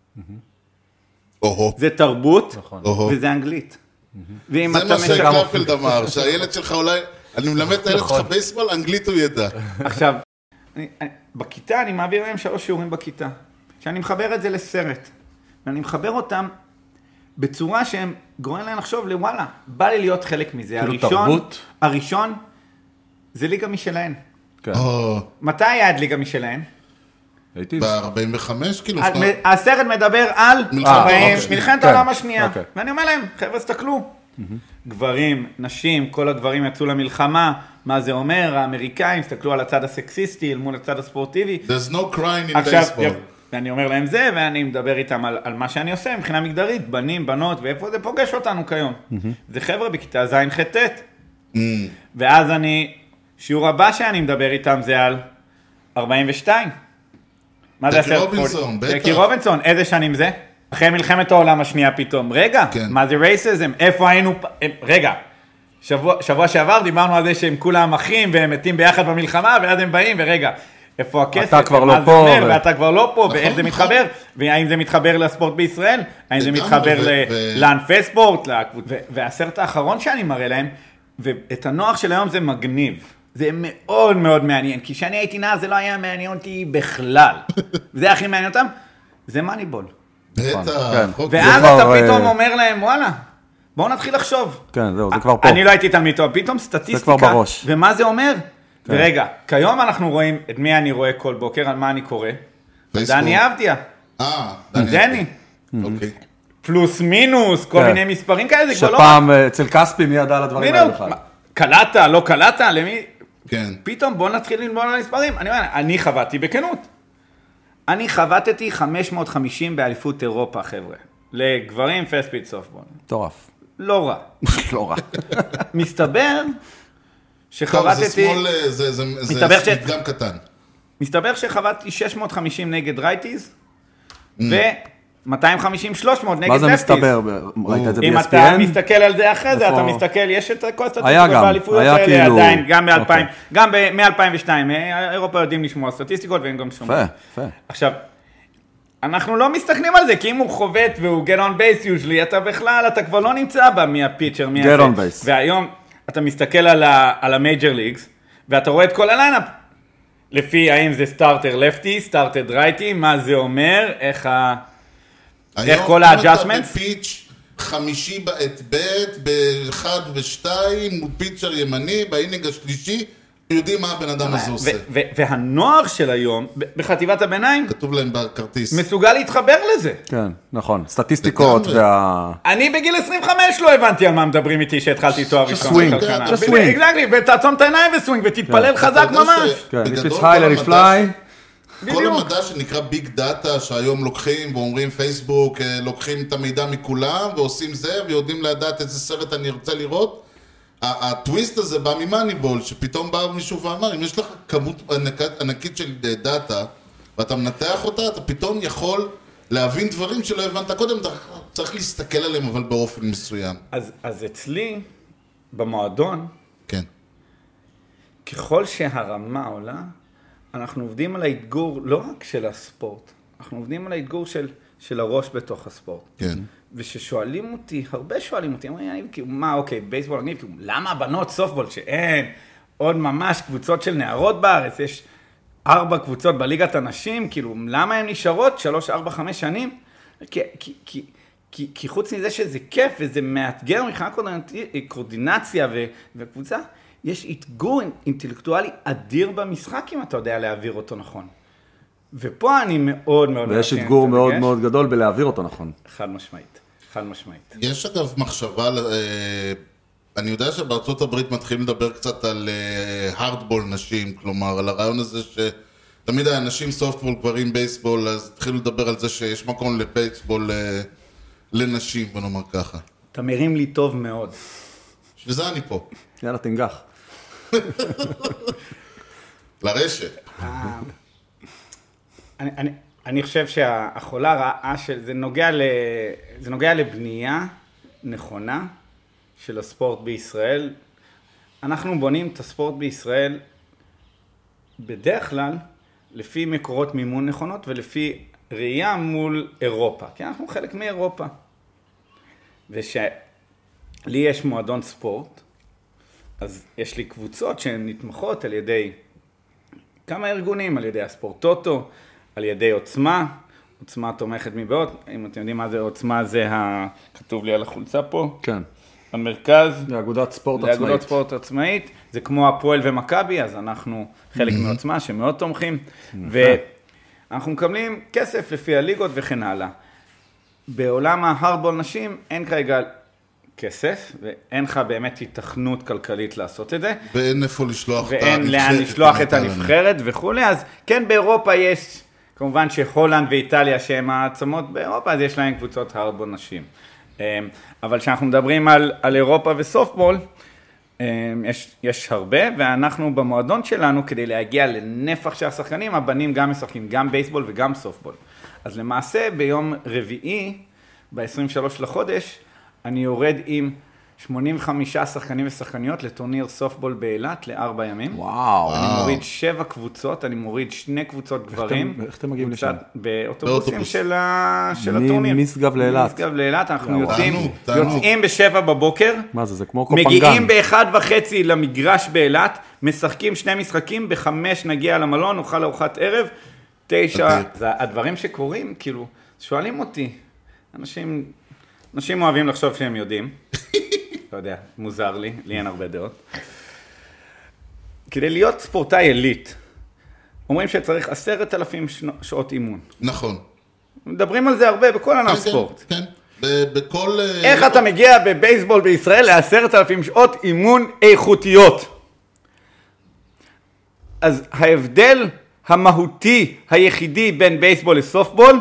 זה תרבות, וזה אנגלית. זה מה שקלפלד אמר, שהילד שלך אולי, אני מלמד את הילד שלך בייסבול, אנגלית הוא ידע. עכשיו, בכיתה אני מעביר להם שלוש שיעורים בכיתה, שאני מחבר את זה לסרט, ואני מחבר אותם, בצורה שהם גורם להם לחשוב לוואלה, בא לי להיות חלק מזה. הראשון, הראשון זה ליגה משלהן. מתי היה עד ליגה משלהן? ב-ארבעים וחמש כאילו. הסרט מדבר על מלחמת העולם השנייה. ואני אומר להם, חבר'ה, סתכלו. גברים, נשים, כל הגברים יצאו למלחמה. מה זה אומר? האמריקאים הסתכלו על הצד הסקסיסטי, אל מול הצד הספורטיבי. There's no crying in baseball. ואני אומר להם זה, ואני מדבר איתם על, על מה שאני עושה, מבחינה מגדרית, בנים, בנות, ואיפה זה פוגש אותנו כיום. Mm-hmm. זה חבר'ה בכיתה ז' ח' ט'. Mm. ואז אני, שיעור הבא שאני מדבר איתם זה על ארבעים ושתיים. מה זה הסרט? רובינסון, בטח. דקי רובינסון, איזה שנים זה? אחרי מלחמת העולם השנייה פתאום. רגע, כן. מה זה רייסיזם? איפה היינו? רגע, שבוע, שבוע שעבר דיברנו על זה שהם כולם אחים, והם מתים ביחד במלחמה, ואז הם באים, ורגע, איפה הכסף, אתה כבר לא פה, ואתה כבר לא פה, ואיך זה מתחבר, והאם זה מתחבר לספורט בישראל, האם זה מתחבר לענפי ספורט, והסרט האחרון שאני מראה להם, ואת הנוח של היום זה מגניב, זה מאוד מאוד מעניין, כי כשאני הייתי נער זה לא היה מעניין אותי בכלל, וזה הכי מעניין אותם, זה מאניבול. ואז אתה פתאום אומר להם, וואלה, בואו נתחיל לחשוב. כן, זהו, זה כבר פה. אני לא הייתי תלמיד טוב, פתאום סטטיסטיקה, ומה זה אומר? ורגע, כיום אנחנו רואים, את מי אני רואה כל בוקר, על מה אני קורא? דני אבדיה. אה, דני. אוקיי. פלוס מינוס, כל מיני מספרים כאלה, זה כבר לא... שפעם אצל כספי מי ידע על הדברים האלה בכלל. קלעת, לא קלעת, למי... כן. פתאום בוא נתחיל ללמוד על המספרים. אני אומר, אני חוויתי בכנות. אני חוויתי חמש מאות וחמישים באליפות אירופה, חבר'ה. לגברים פסט פיט סופטבול. טורף. לא רע. לא רע. מסתבר שחוויתי... טוב, זה שמאל, זה מדגם קטן. מסתבר שחוויתי שש מאות וחמישים נגד רייטיז, ו-מאתיים וחמישים שלוש מאות נגד לפטיז. מה זה מסתבר? ראית את זה ב-אס פי אם אן? אתה מסתכל על זה אחרי זה, אתה מסתכל, יש את כל הסטטיסטיקות באליפויות האלה עדיין, גם מ-אלפיים, גם מ-אלפיים ושתיים. אירופה יודעים לשמוע סטטיסטיקות, והם גם שומעים. יפה, יפה. עכשיו, אנחנו לא מסתכנים על זה, כי אם הוא חובט והוא get on base usually, אתה בכלל, אתה כבר לא נמצא בה מי הפיצ'ר, מי get on base. והיום אתה מסתכל על המייג'ר ליגס, ואתה רואה את כל הליינאפ, לפי האם זה סטארטר לפטי, סטארטר רייטי, מה זה אומר, איך ה... איך כל ה-adjustments? היום אתה בפיץ' חמישי בעת בית, באחד ושתיים, הוא פיצ'ר ימני, באינינג השלישי, יודעים מה הבן אדם הזה עושה. והנוער של היום, בחטיבת הביניים, כתוב להם בכרטיס. מסוגל להתחבר לזה. כן, נכון. סטטיסטיקות וה... אני בגיל עשרים וחמש לא הבנתי על מה מדברים איתי שהתחלתי תואר ראשון. סווינג, סווינג. ותעצום את העיניים וסווינג, ותתפלל חזק ממש. כן, if it's high let it fly. כל המדע שנקרא ביג דאטה, שהיום לוקחים ואומרים פייסבוק, לוקחים את המידע מכולם ועושים זה, ויודעים לדעת איזה סרט אני רוצה לראות. הטוויסט הזה בא ממאניבול, שפתאום בא מישהו ואמר, אם יש לך כמות ענקית של דאטה, ואתה מנתח אותה, אתה פתאום יכול להבין דברים שלא הבנת קודם, אתה צריך להסתכל עליהם, אבל באופן מסוים. אז, אז אצלי, במועדון, כן. ככל שהרמה עולה, אנחנו עובדים על האתגור, לא רק של הספורט, אנחנו עובדים על האתגור של, של הראש בתוך הספורט. כן. וששואלים אותי, הרבה שואלים אותי, אומרים, כאילו, מה, אוקיי, בייסבול, אני, כאילו, למה הבנות סופטבול שאין עוד ממש קבוצות של נערות בארץ, יש ארבע קבוצות בליגת הנשים, כאילו, למה הן נשארות שלוש, ארבע, חמש שנים? כי, כי, כי, כי, כי חוץ מזה שזה כיף וזה מאתגר מבחינת קורדינציה ו, וקבוצה, יש אתגור אינטלקטואלי אדיר במשחק, אם אתה יודע להעביר אותו נכון. ופה אני מאוד מאוד... ויש אתגור מאוד מאוד גדול בלהעביר אותו נכון. חד משמעית, חד משמעית. יש אגב מחשבה, אני יודע שבארצות הברית מתחילים לדבר קצת על הארדבול נשים, כלומר על הרעיון הזה שתמיד היה נשים סופטבול, גברים בייסבול, אז התחילו לדבר על זה שיש מקום לבייסבול לנשים, בוא נאמר ככה. אתה מרים לי טוב מאוד. שזה אני פה. יאללה, תנגח. לרשת. אני, אני, אני חושב שהחולה הרעה של, זה נוגע, ל, זה נוגע לבנייה נכונה של הספורט בישראל. אנחנו בונים את הספורט בישראל בדרך כלל לפי מקורות מימון נכונות ולפי ראייה מול אירופה, כי אנחנו חלק מאירופה. ושלי יש מועדון ספורט, אז יש לי קבוצות שהן נתמכות על ידי כמה ארגונים, על ידי הספורטוטו, על ידי עוצמה, עוצמה תומכת מבעוד, אם אתם יודעים מה זה עוצמה, זה ה... כתוב לי על החולצה פה. כן. המרכז. זה אגודת ספורט עצמאית. זה אגודת ספורט עצמאית, זה כמו הפועל ומכבי, אז אנחנו חלק מעוצמה שמאוד תומכים, ואנחנו מקבלים כסף לפי הליגות וכן הלאה. בעולם ההרדבול נשים אין כרגע כסף, ואין לך באמת התכנות כלכלית לעשות את זה. ואין איפה לשלוח את הנבחרת. ואין לאן לשלוח את הנבחרת וכו'. אז כן, באירופה יש, כמובן שהולנד ואיטליה שהן העצמות באירופה, אז יש להן קבוצות הרדבול נשים. אבל כשאנחנו מדברים על, על אירופה וסופטבול, יש, יש הרבה, ואנחנו במועדון שלנו, כדי להגיע לנפח של השחקנים, הבנים גם משחקים, גם בייסבול וגם סופטבול. אז למעשה ביום רביעי, ב-עשרים ושלושה לחודש, אני יורד עם שמונים וחמישה שחקנים ושחקניות לטורניר סופטבול באילת לארבע ימים. וואו. אני מוריד שבע קבוצות, אני מוריד שני קבוצות גברים. איך אתם מגיעים לשם? באוטובוסים של הטורניר. משגב לאילת. משגב לאילת, אנחנו יוצאים בשבע בבוקר. מה זה, זה כמו קופנגן. מגיעים באחד וחצי למגרש באילת, משחקים שני משחקים, בחמש נגיע למלון, נאכל ארוחת ערב, תשע. זה הדברים שקורים, כאילו, שואלים אותי, אנשים... אנשים אוהבים לחשוב שהם יודעים, אתה יודע, מוזר לי, לי אין הרבה דעות. כדי להיות ספורטאי אליט, אומרים שצריך עשרת אלפים שעות אימון. נכון. מדברים על זה הרבה בכל ענף ספורט. כן, כן. בכל... איך אתה מגיע בבייסבול בישראל ל-עשרת אלפים שעות אימון איכותיות? אז ההבדל המהותי היחידי בין בייסבול לסופטבול,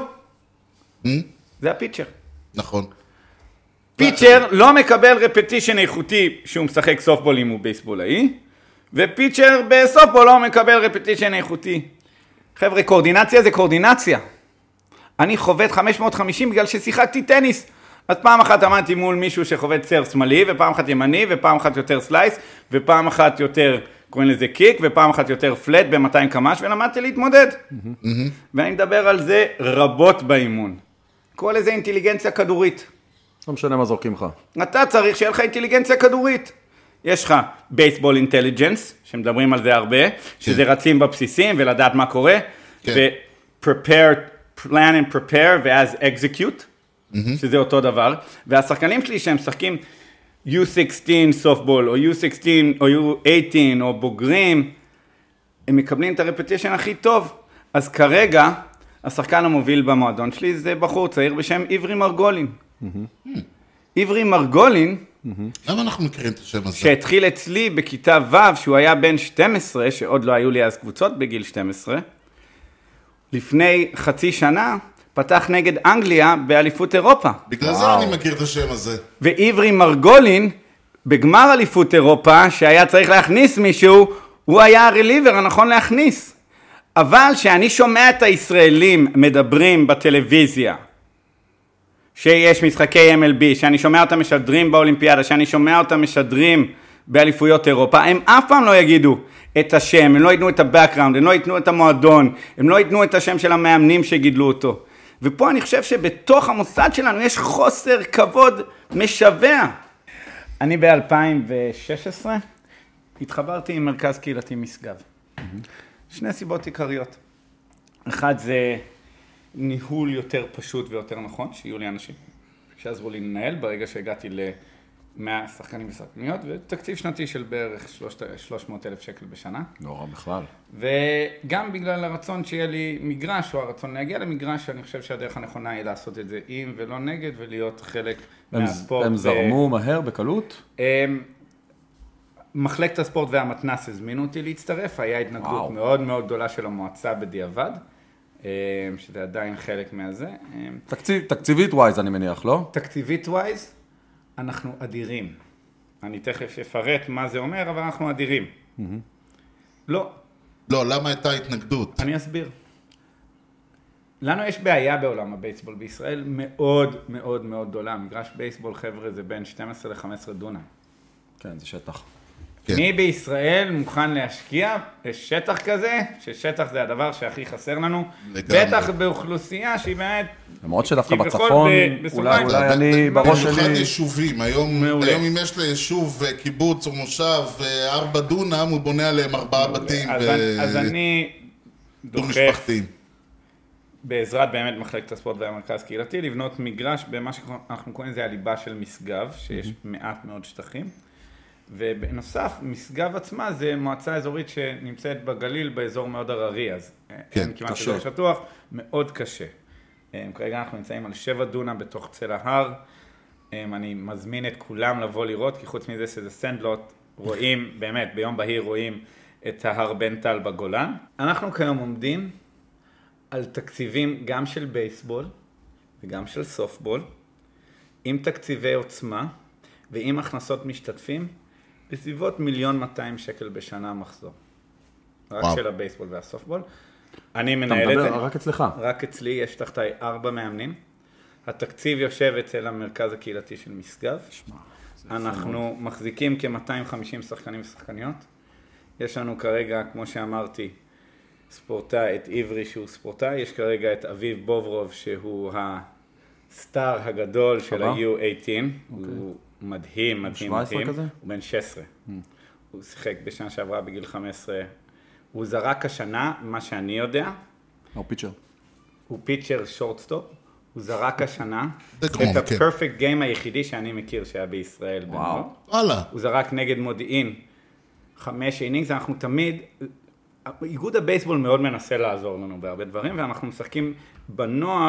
זה הפיצ'ר. נכון. פיצ'ר לא מקבל רפטישן איכותי שהוא משחק סופטבול אם הוא בייסבולאי, ופיצ'ר בסופטבול לא מקבל רפטישן איכותי. חבר'ה, קורדינציה זה קורדינציה. אני חובט חמש מאות וחמישים בגלל ששיחקתי טניס. אז פעם אחת עמדתי מול מישהו שחובט סרב שמאלי, ופעם אחת ימני, ופעם אחת יותר סלייס, ופעם אחת יותר, קוראים לזה קיק, ופעם אחת יותר פלט ב-מאתיים קמ"ש, ולמדתי להתמודד. ואני מדבר על זה רבות באימון. כל איזה אינטליגנציה כדורית. לא משנה מה זורקים לך. אתה צריך שיהיה לך אינטליגנציה כדורית. יש לך בייסבול אינטליג'נס, שמדברים על זה הרבה, שזה רצים בבסיסים ולדעת מה קורה, ו-prepare, plan and prepare, ואז execute, שזה אותו דבר. והשחקנים שלי שהם משחקים יו שש עשרה סופטבול, או יו שש עשרה, או יו שמונה עשרה, או בוגרים, הם מקבלים את הרפטישן הכי טוב. אז כרגע, השחקן המוביל במועדון שלי זה בחור צעיר בשם עברי מרגולין. עברי מרגולין, למה אנחנו מכירים את השם הזה? שהתחיל אצלי בכיתה ו' שהוא היה בן שתים עשרה, שעוד לא היו לי אז קבוצות בגיל שתים עשרה, לפני חצי שנה פתח נגד אנגליה באליפות אירופה. בגלל זה אני מכיר את השם הזה. ועברי מרגולין, בגמר אליפות אירופה, שהיה צריך להכניס מישהו, הוא היה הרליבר הנכון להכניס. אבל שאני שומע את הישראלים מדברים בטלוויזיה, שיש משחקי אם אל בי, שאני שומע אותם משדרים באולימפיאדה, שאני שומע אותם משדרים באליפויות אירופה, הם אף פעם לא יגידו את השם, הם לא ייתנו את הבקראונד, הם לא ייתנו את המועדון, הם לא ייתנו את השם של המאמנים שגידלו אותו. ופה אני חושב שבתוך המוסד שלנו יש חוסר כבוד משווע. אני ב-אלפיים ושש עשרה התחברתי עם מרכז קהילתי משגב. שני סיבות עיקריות. אחד זה ניהול יותר פשוט ויותר נכון, שיהיו לי אנשים שעזרו לי לנהל ברגע שהגעתי ל-מאה שחקנים ושחקניות, ותקציב שנתי של בערך שלוש מאות אלף שקל בשנה. נורא בכלל. וגם בגלל הרצון שיהיה לי מגרש, או הרצון להגיע למגרש, אני חושב שהדרך הנכונה היא לעשות את זה עם ולא נגד, ולהיות חלק מהספורט. הם זרמו מהר בקלות? מחלקת הספורט והמתנ"ס הזמינו אותי להצטרף, היה התנגדות מאוד מאוד גדולה של המועצה בדיעבד, שזה עדיין חלק מהזה. תקציב, תקציבית ווייז אני מניח, לא? תקציבית ווייז, אנחנו אדירים. אני תכף אפרט מה זה אומר, אבל אנחנו אדירים. לא. לא, למה הייתה התנגדות? אני אסביר. לנו יש בעיה בעולם הבייסבול בישראל מאוד מאוד מאוד גדולה. מגרש בייסבול, חבר'ה, זה בין שתים עשרה ל-חמש עשרה דונם. כן, זה שטח. כן. מי בישראל מוכן להשקיע בשטח כזה, ששטח זה הדבר שהכי חסר לנו, לגמרי. בטח באוכלוסייה שהיא באמת... למרות שדווקא כביכול בצפון, ב- בסוגריים. אולי, אולי אני בראש במיוחד שלי... יישובים, היום, מעולה. היום אם יש ליישוב קיבוץ או מושב ארבע דונם, הוא בונה עליהם ארבעה בתים אז, ו... אני- אז אני דוחף משפחתיים. בעזרת באמת מחלקת הספורט והמרכז קהילתי, לבנות מגרש במה שאנחנו קוראים לזה הליבה של משגב, שיש מעט מאוד שטחים. ובנוסף, משגב עצמה זה מועצה אזורית שנמצאת בגליל באזור מאוד הררי, אז כן, אין כמעט קשה. אזור שטוח, מאוד קשה. כרגע אנחנו נמצאים על שבע דונם בתוך צל ההר, אני מזמין את כולם לבוא לראות, כי חוץ מזה שזה סנדלוט, רואים, באמת, ביום בהיר רואים את ההר בנטל בגולן. אנחנו כיום עומדים על תקציבים גם של בייסבול וגם של סופטבול, עם תקציבי עוצמה ועם הכנסות משתתפים, בסביבות מיליון מאתיים שקל בשנה מחזור. רק וואו. של הבייסבול והסופטבול. אני אתה מנהל את זה. מדבר רק אצלך. רק אצלי יש תחתיי ארבע מאמנים. התקציב יושב אצל המרכז הקהילתי של משגב. אנחנו מחזיקים כ-מאתיים וחמישים שחקנים ושחקניות. יש לנו כרגע, כמו שאמרתי, ספורטאי, את עברי שהוא ספורטאי. יש כרגע את אביב בוברוב שהוא הסטאר הגדול של ה-יו שמונה עשרה. הוא מדהים, מדהים, שבע עשרה מדהים. כזה? הוא בן שש עשרה. הוא שיחק בשנה שעברה בגיל חמש עשרה. הוא זרק השנה, מה שאני יודע, הוא פיצ'ר. הוא פיצ'ר שורטסטופ, הוא זרק השנה זה כמו, את כן. הפרפקט גיים היחידי שאני מכיר שהיה בישראל. וואו. בנוער. וואלה. הוא זרק נגד מודיעין חמש אינינגס, אנחנו תמיד, איגוד הבייסבול מאוד מנסה לעזור לנו בהרבה דברים, ואנחנו משחקים בנוער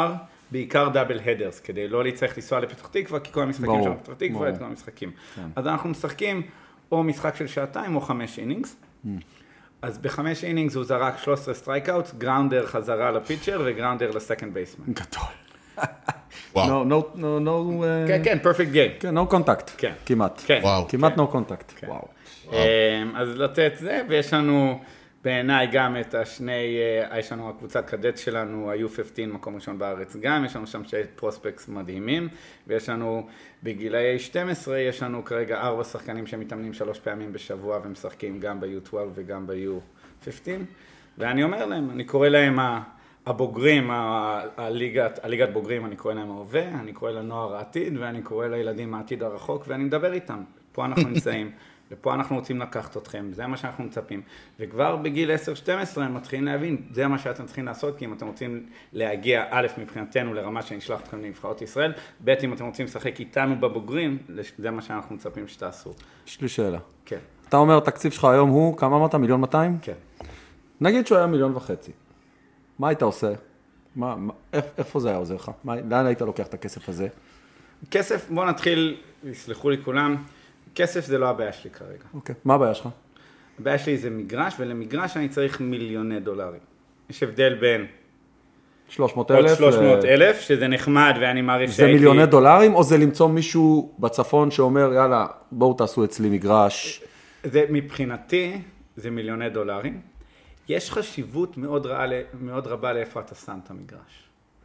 בעיקר דאבל הדרס, כדי לא להצטרך לנסוע לפתח תקווה, כי כל המשחקים של פתח תקווה, את כל המשחקים. אז אנחנו משחקים או משחק של שעתיים או חמש אינינגס. אז בחמש אינינגס הוא זרק שלוש עשרה סטרייקאוטס, גראונדר חזרה לפיצ'ר וגראונדר לסקנד בייסמן. גדול. וואו. No, no, no, no, כן, כן, פרפקט גיים. כן, no contact. כן. כמעט. כן. וואו. כמעט no contact. וואו. אז לתת זה, ויש לנו בעיניי גם את השני, יש לנו הקבוצת קדט שלנו, ה-יו חמש עשרה, מקום ראשון בארץ גם, יש לנו שם שני פרוספקס מדהימים, ויש לנו בגילאי שתים עשרה, יש לנו כרגע ארבע שחקנים שמתאמנים שלוש פעמים בשבוע, ומשחקים גם ב-יו שתים עשרה וגם ב-יו חמש עשרה, ואני אומר להם, אני קורא להם הבוגרים, הליגת, הליגת בוגרים, אני קורא להם ההווה, אני קורא לנוער העתיד, ואני קורא לילדים העתיד הרחוק, ואני מדבר איתם. פה אנחנו נמצאים, ופה אנחנו רוצים לקחת אתכם, זה מה שאנחנו מצפים. וכבר בגיל עשר שתים עשרה הם מתחילים להבין, זה מה שאתם צריכים לעשות, כי אם אתם רוצים להגיע, א', מבחינתנו לרמה שנשלח אתכם לנבחרות ישראל, ב', אם אתם רוצים לשחק איתנו בבוגרים, זה מה שאנחנו מצפים שתעשו. יש לי שאלה. כן. אתה אומר, התקציב שלך היום הוא, כמה אמרת? מיליון מאתיים? כן. נגיד שהוא היה מיליון וחצי. מה היית עושה? מה, מה, איפה זה היה עוזר לך? מה, לאן היית לוקח את הכסף הזה? כסף, בוא נתחיל, יסלחו לי כולם, כסף זה לא הבעיה שלי כרגע. אוקיי. מה הבעיה שלך? הבעיה שלי זה מגרש, ולמגרש אני צריך מיליוני דולרים. יש הבדל בין שלוש מאות אלף? עוד שלוש מאות אלף, שזה נחמד, ואני מעריך שהייתי... זה מיליוני דולרים, או זה למצוא מישהו בצפון שאומר, יאללה, בואו תעשו אצלי מגרש? זה מבחינתי, זה מיליוני דולרים. יש חשיבות מאוד, רעה, מאוד רבה לאיפה אתה שם את המגרש.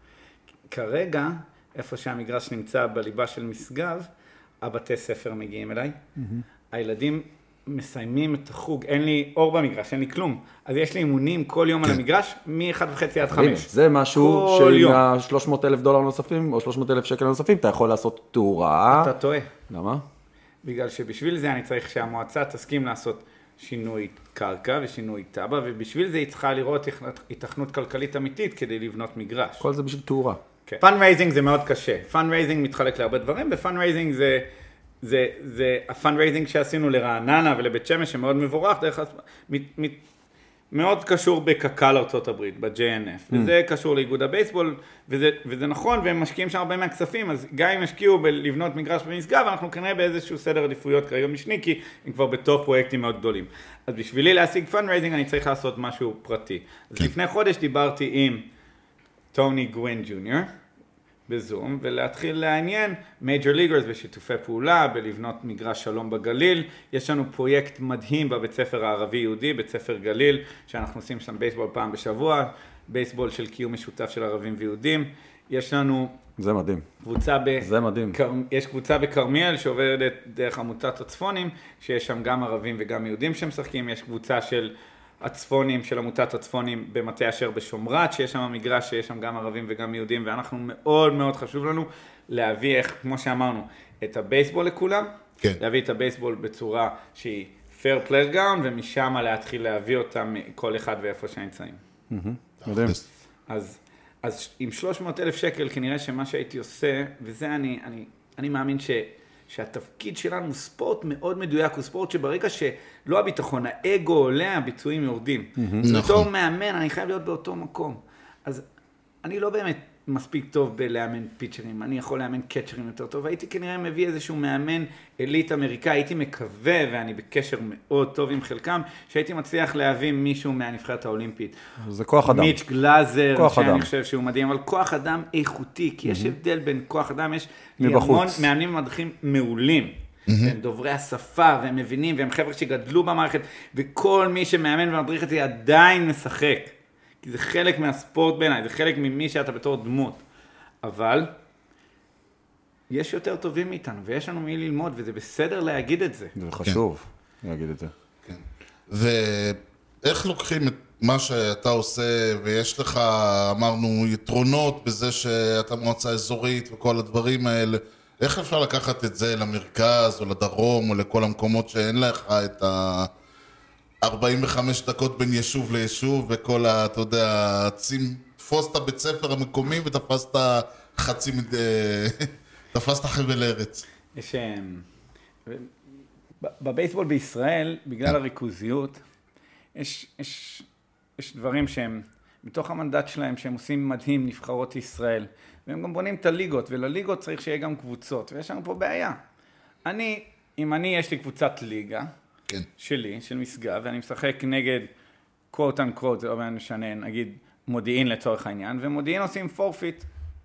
כרגע, איפה שהמגרש נמצא בליבה של משגב, הבתי ספר מגיעים אליי. Mm-hmm. הילדים מסיימים את החוג, אין לי אור במגרש, אין לי כלום. אז יש לי אימונים כל יום כן. על המגרש, מ-אחת וחצי עד חמש. זה משהו שעם שלוש מאות אלף דולר נוספים, או שלוש מאות אלף שקל נוספים, אתה יכול לעשות תאורה. אתה טועה. למה? בגלל שבשביל זה אני צריך שהמועצה תסכים לעשות שינוי קרקע ושינוי טאבה, ובשביל זה היא צריכה לראות התכנות כלכלית אמיתית כדי לבנות מגרש. כל זה בשביל תאורה. כן. פאנרייזינג זה מאוד קשה. פאנרייזינג מתחלק להרבה דברים, ופאנרייזינג זה, זה, זה הפאנרייזינג שעשינו לרעננה ולבית שמש, שמאוד מבורך, דרך מת, מת, מאוד קשור בקק"ל ארצות הברית, ב-ג'יי אן אף, mm. וזה קשור לאיגוד הבייסבול, וזה, וזה נכון, והם משקיעים שם הרבה מהכספים, אז גם אם השקיעו בלבנות מגרש במשגב, אנחנו כנראה באיזשהו סדר עדיפויות כרגע משני, כי הם כבר בתוך פרויקטים מאוד גדולים. אז בשבילי להשיג פאנרייזינג, אני צריך לעשות משהו פרטי. אז כן. לפני חודש דיברתי עם טוני גווין ג'וניור, בזום, ולהתחיל לעניין מייג'ר ליגרס בשיתופי פעולה, בלבנות מגרש שלום בגליל. יש לנו פרויקט מדהים בבית ספר הערבי-יהודי, בית ספר גליל, שאנחנו עושים שם בייסבול פעם בשבוע, בייסבול של קיום משותף של ערבים ויהודים. יש לנו... זה מדהים. קבוצה ב... זה מדהים. קר... יש קבוצה בקרמיאל שעובדת דרך עמותת הצפונים, שיש שם גם ערבים וגם יהודים שמשחקים. יש קבוצה של הצפונים, של עמותת הצפונים במטה אשר בשומרת, שיש שם מגרש, שיש שם גם ערבים וגם יהודים, ואנחנו מאוד מאוד חשוב לנו להביא, איך, כמו שאמרנו, את הבייסבול לכולם, כן. להביא את הבייסבול בצורה שהיא fair play ground, ומשם להתחיל להביא אותם כל אחד ואיפה שנמצאים. מדהים. אז, אז עם שלוש מאות אלף שקל, כנראה שמה שהייתי עושה, וזה אני, אני, אני מאמין ש... שהתפקיד שלנו הוא ספורט מאוד מדויק, הוא ספורט שברגע שלא הביטחון, האגו עולה, הביצועים יורדים. בתור מאמן, אני חייב להיות באותו מקום. אז אני לא באמת מספיק טוב בלאמן פיצ'רים, אני יכול לאמן קצ'רים יותר טוב, הייתי כנראה מביא איזשהו מאמן אליט אמריקאי, הייתי מקווה, ואני בקשר מאוד טוב עם חלקם, שהייתי מצליח להביא מישהו מהנבחרת האולימפית. זה כוח אדם. מיץ' גלאזר, שאני אדם. חושב שהוא מדהים, אבל כוח אדם איכותי, כי יש הבדל בין כוח אדם, יש לי המון מאמנים ומדריכים מעולים. הם דוברי השפה, והם מבינים, והם חבר'ה שגדלו במערכת, וכל מי שמאמן ומדריך את זה עדיין משחק. כי זה חלק מהספורט בעיניי, זה חלק ממי שאתה בתור דמות. אבל יש יותר טובים מאיתנו, ויש לנו מי ללמוד, וזה בסדר להגיד את זה. זה חשוב להגיד את זה. כן. ואיך לוקחים את מה שאתה עושה, ויש לך, אמרנו, יתרונות בזה שאתה מועצה אזורית וכל הדברים האלה, איך אפשר לקחת את זה למרכז או לדרום או לכל המקומות שאין לך את ה... ארבעים וחמש דקות בין יישוב ליישוב, וכל ה, אתה יודע, תפוס את הבית ספר המקומי ותפסת חצי, תפסת חבל ארץ. יש, בבייסבול בישראל, בגלל הריכוזיות, יש, יש, יש דברים שהם בתוך המנדט שלהם, שהם עושים מדהים נבחרות ישראל, והם גם בונים את הליגות, ולליגות צריך שיהיה גם קבוצות, ויש לנו פה בעיה. אני, אם אני, יש לי קבוצת ליגה, כן. שלי, של משגב, ואני משחק נגד quote unquote, זה לא בעיה משנה, נגיד מודיעין לצורך העניין, ומודיעין עושים forfeit.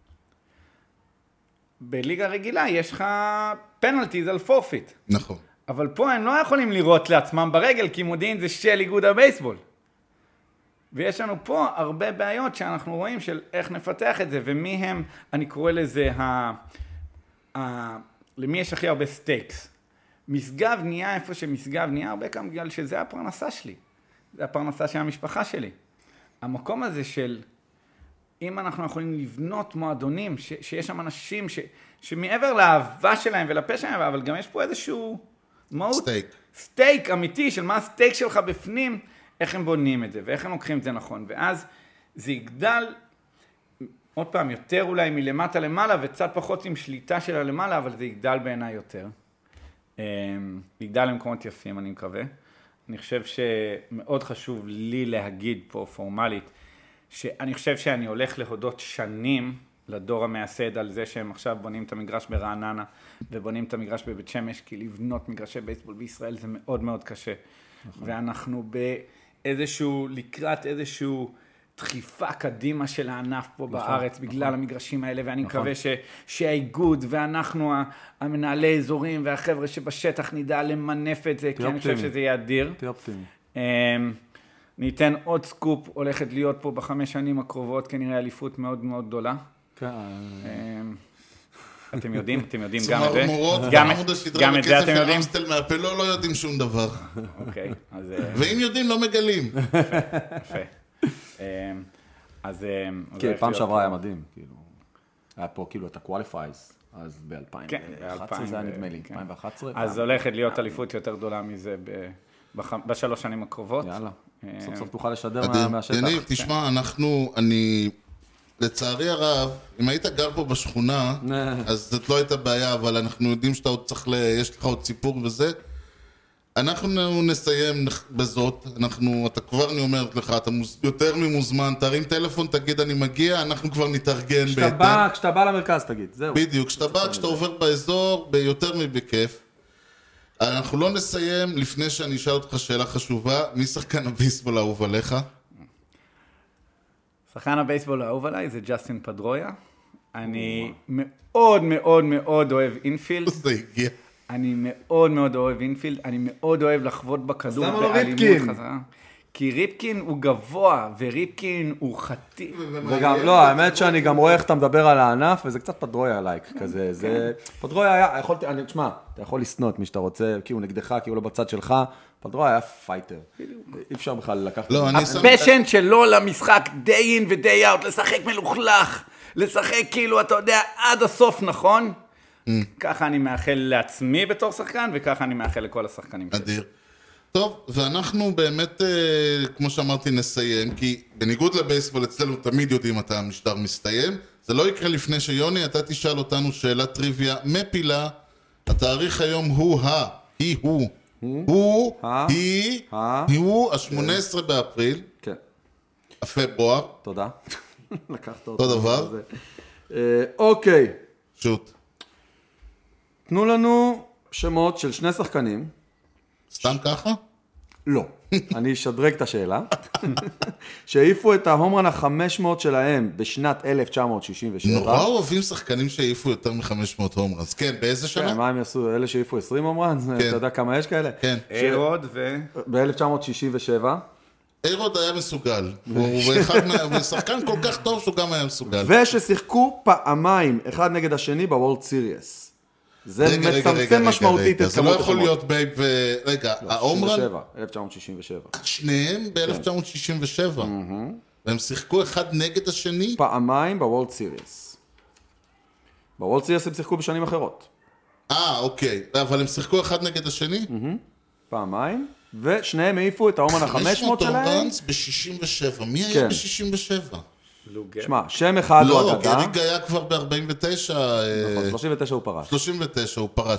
בליגה רגילה יש לך penalties על forfeit. נכון. אבל פה הם לא יכולים לראות לעצמם ברגל, כי מודיעין זה של איגוד הבייסבול. ויש לנו פה הרבה בעיות שאנחנו רואים של איך נפתח את זה, ומי הם, אני קורא לזה, ה, ה, למי יש הכי הרבה סטייקס. משגב נהיה איפה שמשגב נהיה הרבה כאן, בגלל שזה הפרנסה שלי. זה הפרנסה של המשפחה שלי. המקום הזה של, אם אנחנו יכולים לבנות מועדונים, ש, שיש שם אנשים ש, שמעבר לאהבה שלהם ולפה שלהם, אבל גם יש פה איזשהו מהות. סטייק. סטייק אמיתי של מה הסטייק שלך בפנים, איך הם בונים את זה, ואיך הם לוקחים את זה נכון. ואז זה יגדל, עוד פעם, יותר אולי מלמטה למעלה, וקצת פחות עם שליטה שלה למעלה, אבל זה יגדל בעיניי יותר. יגדל למקומות יפים, אני מקווה. אני חושב שמאוד חשוב לי להגיד פה פורמלית, שאני חושב שאני הולך להודות שנים לדור המייסד על זה שהם עכשיו בונים את המגרש ברעננה, ובונים את המגרש בבית שמש, כי לבנות מגרשי בייסבול בישראל זה מאוד מאוד קשה. ואנחנו באיזשהו, לקראת איזשהו דחיפה קדימה של הענף פה בארץ, בגלל המגרשים האלה, ואני מקווה שהאיגוד ואנחנו, המנהלי אזורים והחבר'ה שבשטח נדע למנף את זה, כי אני חושב שזה יהיה אדיר. תהיה אופטימי. ניתן עוד סקופ, הולכת להיות פה בחמש שנים הקרובות, כנראה אליפות מאוד מאוד גדולה. אתם יודעים, אתם יודעים גם את זה. צמרמורות, גם גם את זה אתם יודעים? אמסטל מהפה לא, לא יודעים שום דבר. אוקיי, אז... ואם יודעים, לא מגלים. יפה. אז... כן, פעם שעברה היה מדהים, כאילו. היה פה כאילו את ה-qualifies, אז ב-אלפיים ואחת עשרה זה היה נדמה לי, אלפיים ואחת עשרה. אז הולכת להיות אליפות יותר גדולה מזה בשלוש שנים הקרובות. יאללה, סוף סוף תוכל לשדר מהשטח. יניב, תשמע, אנחנו, אני... לצערי הרב, אם היית גר פה בשכונה, אז זאת לא הייתה בעיה, אבל אנחנו יודעים שאתה עוד צריך, יש לך עוד סיפור וזה. אנחנו נסיים בזאת, אנחנו, אתה כבר אני אומרת לך, אתה יותר ממוזמן, תרים טלפון, תגיד אני מגיע, אנחנו כבר נתארגן בהתאם. כשאתה בא למרכז תגיד, זהו. בדיוק, כשאתה בא, כשאתה עובר באזור, ביותר מבכיף. אנחנו לא נסיים לפני שאני אשאל אותך שאלה חשובה, מי שחקן הבייסבול האהוב עליך? שחקן הבייסבול האהוב עליי זה ג'סטין פדרויה. אני מאוד מאוד מאוד אוהב אינפילד. זה הגיע. אני מאוד מאוד אוהב אינפילד. אני מאוד אוהב לחוות בכדור באלימות חזרה. כי ריפקין הוא גבוה, וריפקין הוא חטי. וגם, לא, האמת שאני גם רואה איך אתה מדבר על הענף, וזה קצת פדרויה לייק כזה. זה, פדרויה היה, יכולתי, אני, תשמע, אתה יכול לסנוע את מי שאתה רוצה, כי הוא נגדך, כי הוא לא בצד שלך. פדרויה היה פייטר. אי אפשר בכלל לקחת. לא, אני שם... הפשן שלו למשחק, day in ו-day out, לשחק מלוכלך, לשחק כאילו, אתה יודע, עד הסוף, נכון? ככה אני מאחל לעצמי בתור שחקן, וככה אני מאחל לכל השחקנים שלי. אדיר. טוב, ואנחנו באמת, כמו שאמרתי, נסיים, כי בניגוד לבייסבול אצלנו תמיד יודעים מתי המשדר מסתיים. זה לא יקרה לפני שיוני, אתה תשאל אותנו שאלת טריוויה מפילה. התאריך היום הוא ה, היא הוא, הוא, היא, הוא, ה-שמונה עשרה באפריל. כן. הפברואר. תודה. לקחת אותו. אותו דבר. אוקיי. שוט. תנו לנו שמות של שני שחקנים. סתם ככה? לא. אני אשדרג את השאלה. שהעיפו את ההומרן ה-חמש מאות שלהם בשנת אלף תשע מאות שישים ושבע. נורא אוהבים שחקנים שהעיפו יותר מ-חמש מאות הומרן. אז כן, באיזה שנה? כן, מה הם יעשו? אלה שהעיפו עשרים הומרן? אתה יודע כמה יש כאלה? כן. אירוד ו... ב-אלף תשע מאות שישים ושבע. אירוד היה מסוגל. הוא שחקן כל כך טוב שהוא גם היה מסוגל. וששיחקו פעמיים, אחד נגד השני בוורלד סיריאס. זה מצמצם משמעותית את כמות. זה לא יכול להיות בייב ו... רגע, ההומרן... אלף תשע מאות שישים ושבע. שניהם ב-אלף תשע מאות שישים ושבע. והם שיחקו אחד נגד השני? פעמיים בוורלד סיריאס. בוורלד סיריאס הם שיחקו בשנים אחרות. אה, אוקיי. אבל הם שיחקו אחד נגד השני? פעמיים. ושניהם העיפו את ההומרן ה-חמש מאות שלהם. חמש מאות הומרנס ב-שישים ושבע. מי היה ב-שישים ושבע? שמע, שם אחד הוא לא, אגדה. גריג היה כבר ב-ארבעים ותשע. נכון, שלושים ותשע הוא פרש. שלושים ותשע הוא פרש.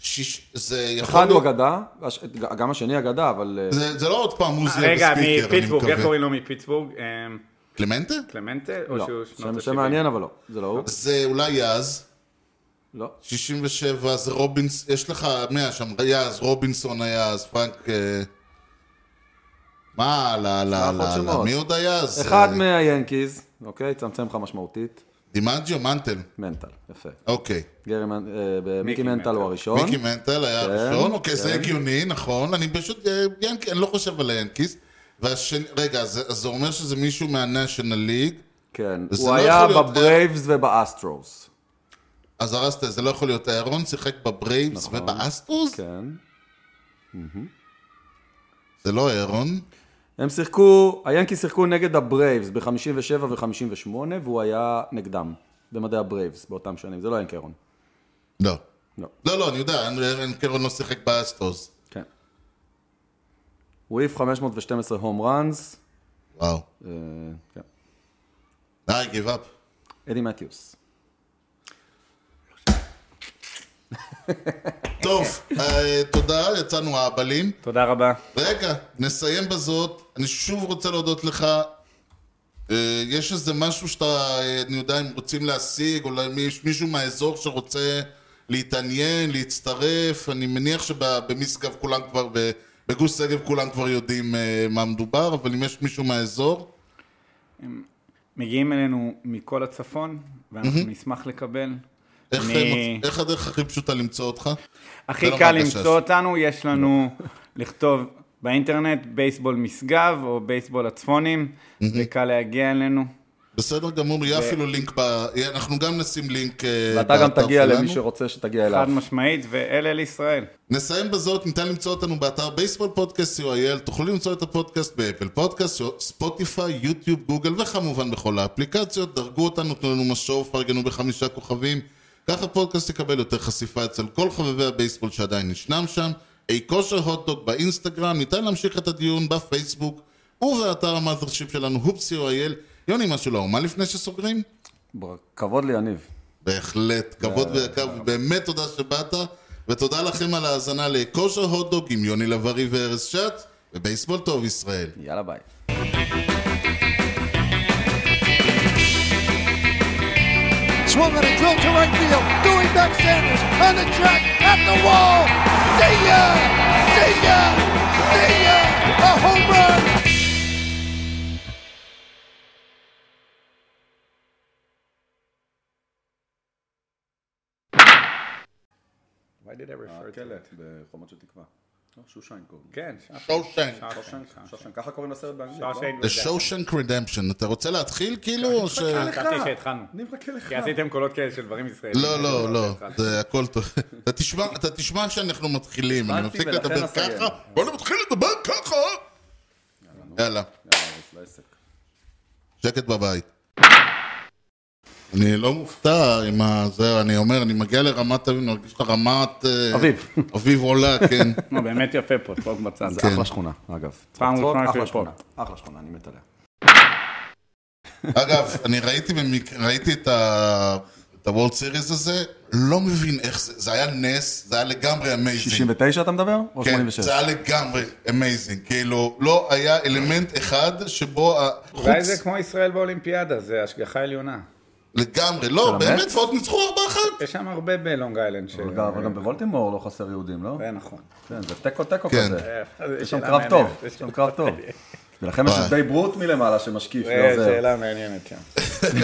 אחד הוא אגדה, גם השני אגדה, אבל... זה לא עוד פעם מוזיה רגע, בספיקר, אני מפיטסבורג, מקווה. איך קוראים לו מפיטסבורג? קלמנטה? קלמנטה? או לא, שהוא שנות שם ה-שבעים? שמעניין אבל לא, זה לא הוא. זה אולי יאז. לא. שישים ושבע זה רובינס, יש לך מאה שם, יאז, רובינסון היה אז, פרנק... מה, לא, לא, לא, לא, מי עוד היה אז? אחד מהיאנקיז, אוקיי, צמצם לך משמעותית. דימנג'יו, מנטל. מנטל, יפה. אוקיי. גרי מיקי מנטל הוא הראשון. מיקי מנטל היה הראשון, אוקיי, זה הגיוני, נכון. אני פשוט, ינקי, אני לא חושב על היאנקיז. רגע, אז זה אומר שזה מישהו מהנשיונל ליג. כן, הוא היה בברייבס ובאסטרוס. אז הרסת, זה לא יכול להיות, אהרון שיחק בברייבס ובאסטרוס? כן. זה לא אהרון. הם שיחקו, היאנקי שיחקו נגד הברייבס ב-חמישים ושבע ו-חמישים ושמונה, והוא היה נגדם במדעי הברייבס באותם שנים. זה לא ינקי אהרון. לא. לא. לא, לא, אני יודע, ינקי אהרון לא שיחק באסטרוס. כן. הוא העיף חמש מאות ושתים עשרה הום ראנס. וואו. כן. די, give up. אדי מתיוס. טוב, תודה, יצאנו האבלים. תודה רבה. רגע, נסיים בזאת. אני שוב רוצה להודות לך. יש איזה משהו שאתה, אני יודע, אם רוצים להשיג, או יש מישהו מהאזור שרוצה להתעניין, להצטרף. אני מניח שבמשגב כולם כבר, בגוש שגב כולם כבר יודעים מה מדובר, אבל אם יש מישהו מהאזור... הם מגיעים אלינו מכל הצפון, ואנחנו נשמח לקבל. איך הדרך הכי פשוטה למצוא אותך? הכי קל למצוא אותנו, יש לנו לכתוב באינטרנט בייסבול משגב או בייסבול הצפונים, זה קל להגיע אלינו. בסדר גמור, יהיה אפילו לינק, אנחנו גם נשים לינק ואתה גם תגיע למי שרוצה שתגיע אליו. חד משמעית, ואלה לישראל. נסיים בזאת, ניתן למצוא אותנו באתר בייסבול פודקאסט סי או איי אל, תוכלו למצוא את הפודקאסט באפל פודקאסט, ספוטיפיי, יוטיוב, גוגל, וכמובן בכל האפליקציות. דרגו אותנו, תנו לנו משוב, פרגנו בחמישה כוכבים. ככה הפודקאסט יקבל יותר חשיפה אצל כל חובבי הבייסבול שעדיין ישנם שם. אי כושר הוטדוג באינסטגרם, ניתן להמשיך את הדיון בפייסבוק ובאתר המאזרשיפ שלנו, הופ סי או איי אל. יוני, משהו לאומה לפני שסוגרים? כבוד לי, יניב. בהחלט, כבוד ויקר, ובאמת תודה שבאת, ותודה לכם על ההאזנה לכושר הוטדוג עם יוני לב-ארי וארז שץ, ובייסבול טוב ישראל. יאללה ביי. Swung on a drill to right field. Doing back Sanders on the track at the wall. See ya! See ya! See ya! A home run! Why did I refer to it? בחומות של תקווה. שושיינקו. כן, שושנק. שושנק, ככה קוראים לסרט באנגלית. The Shawshank Redemption. אתה רוצה להתחיל כאילו או ש... חשבתי שהתחלנו. אני מחכה לך. כי עשיתם קולות כאלה של דברים ישראלים. לא, לא, לא. זה הכל טוב. אתה תשמע שאנחנו מתחילים. אני מפסיק לדבר ככה. בוא נתחיל לדבר ככה. יאללה. שקט בבית. אני לא מופתע עם זה, אני אומר, אני מגיע לרמת אביב, אני מרגיש את הרמת... אביב. אביב עולה, כן. לא, באמת יפה פה, צחוק בצד. זה אחלה שכונה, אגב. פעם ראשונה אחלה שיש פה. שכונה, אחלה שכונה, אני מת עליה. אגב, אני ראיתי, ראיתי את ה... את הוולד סיריס הזה, לא מבין איך זה, זה היה נס, זה היה לגמרי אמייזינג. שישים ותשע אתה מדבר? או שמונים ושש? כן, זה היה לגמרי אמייזינג, כאילו, לא היה אלמנט אחד שבו... אולי זה כמו ישראל באולימפיאדה, זה השגחה עליונה. לגמרי, לא, באמת, ועוד ניצחו ארבע אחת. יש שם הרבה בלונג איילנד. אבל גם בוולטימור לא חסר יהודים, לא? זה נכון. כן, זה טקו טקו כן. כזה. יש שם קרב טוב, יש שם קרב טוב. ולכם יש את די ברוט מלמעלה שמשקיף. זה שאלה מעניינת שם.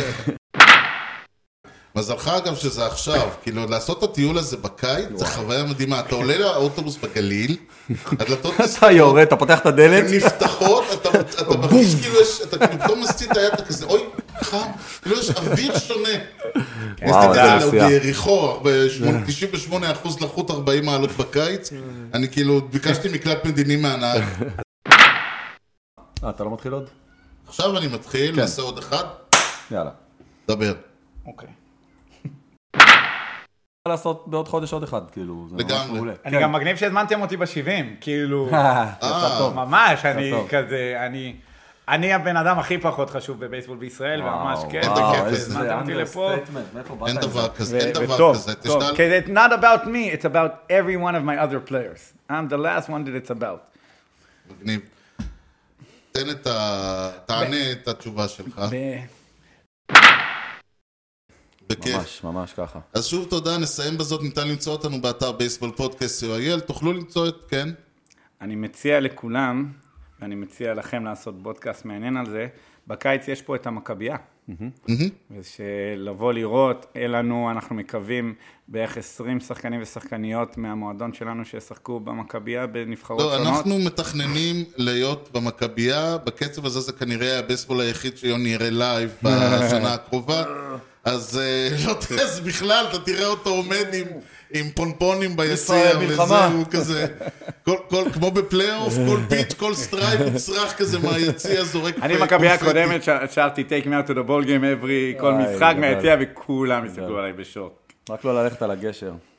מזלך אגב שזה עכשיו, כאילו לעשות את הטיול הזה בקיץ, זה חוויה מדהימה. אתה עולה לאוטובוס בגליל, הדלתות אתה יורד, אתה פותח את הדלת, הן נפתחות, אתה מרגיש כאילו יש, אתה כאילו פתאום מסציל את היד כזה, אוי, חם, כאילו יש אוויר שונה. וואו, זה נסיעה. ביריחו, ב-תשעים ושמונה אחוז לחות ארבעים מעלות בקיץ, אני כאילו ביקשתי מקלט מדיני מהנהג. אה, אתה לא מתחיל עוד? עכשיו אני מתחיל, נעשה עוד אחד. יאללה. דבר. אוקיי. לעשות בעוד חודש עוד אחד, כאילו, זה ממש לגמרי. מעולה. אני גם מגניב שהזמנתם אותי ב-שבעים, כאילו, יצא טוב. ממש, אני טוב. כזה, אני... אני הבן אדם הכי פחות חשוב בבייסבול בישראל, וממש כיף, וואו, וכיף, איזה הזמנתם אותי לפה. understatement, מאיפה באת אין עם זה? דבר כזה, אין דבר וטוב, כזה. טוב, תשתל- כי it's not about me, it's about every one of my other players. I'm the last one that it's about. מגניב. תן את ה... תענה את התשובה שלך. בכיף. ממש, ממש ככה. אז שוב תודה, נסיים בזאת, ניתן למצוא אותנו באתר בייסבול פודקאסט סי או איי אל, תוכלו למצוא את, כן? אני מציע לכולם, ואני מציע לכם לעשות פודקאסט מעניין על זה, בקיץ יש פה את המכבייה. ושלבוא לראות, אלינו, אנחנו מקווים בערך עשרים שחקנים ושחקניות מהמועדון שלנו שישחקו במכבייה בנבחרות לא, שונות. אנחנו מתכננים להיות במכבייה, בקצב הזה זה כנראה הבייסבול היחיד שיוני יראה לייב בשנה הקרובה, אז לא תראה בכלל, אתה תראה אותו עומד עם, עם פונפונים ביציע, וזהו כזה, כל, כל, כמו בפלייאוף, כל פיץ', כל סטרייק, הוא צרח כזה מהיציע, זורק אני מכבייה הקודמת שרתי take me out to the ball game every, כל משחק מהיציע, וכולם הסתכלו עליי בשוק. רק לא ללכת על הגשר.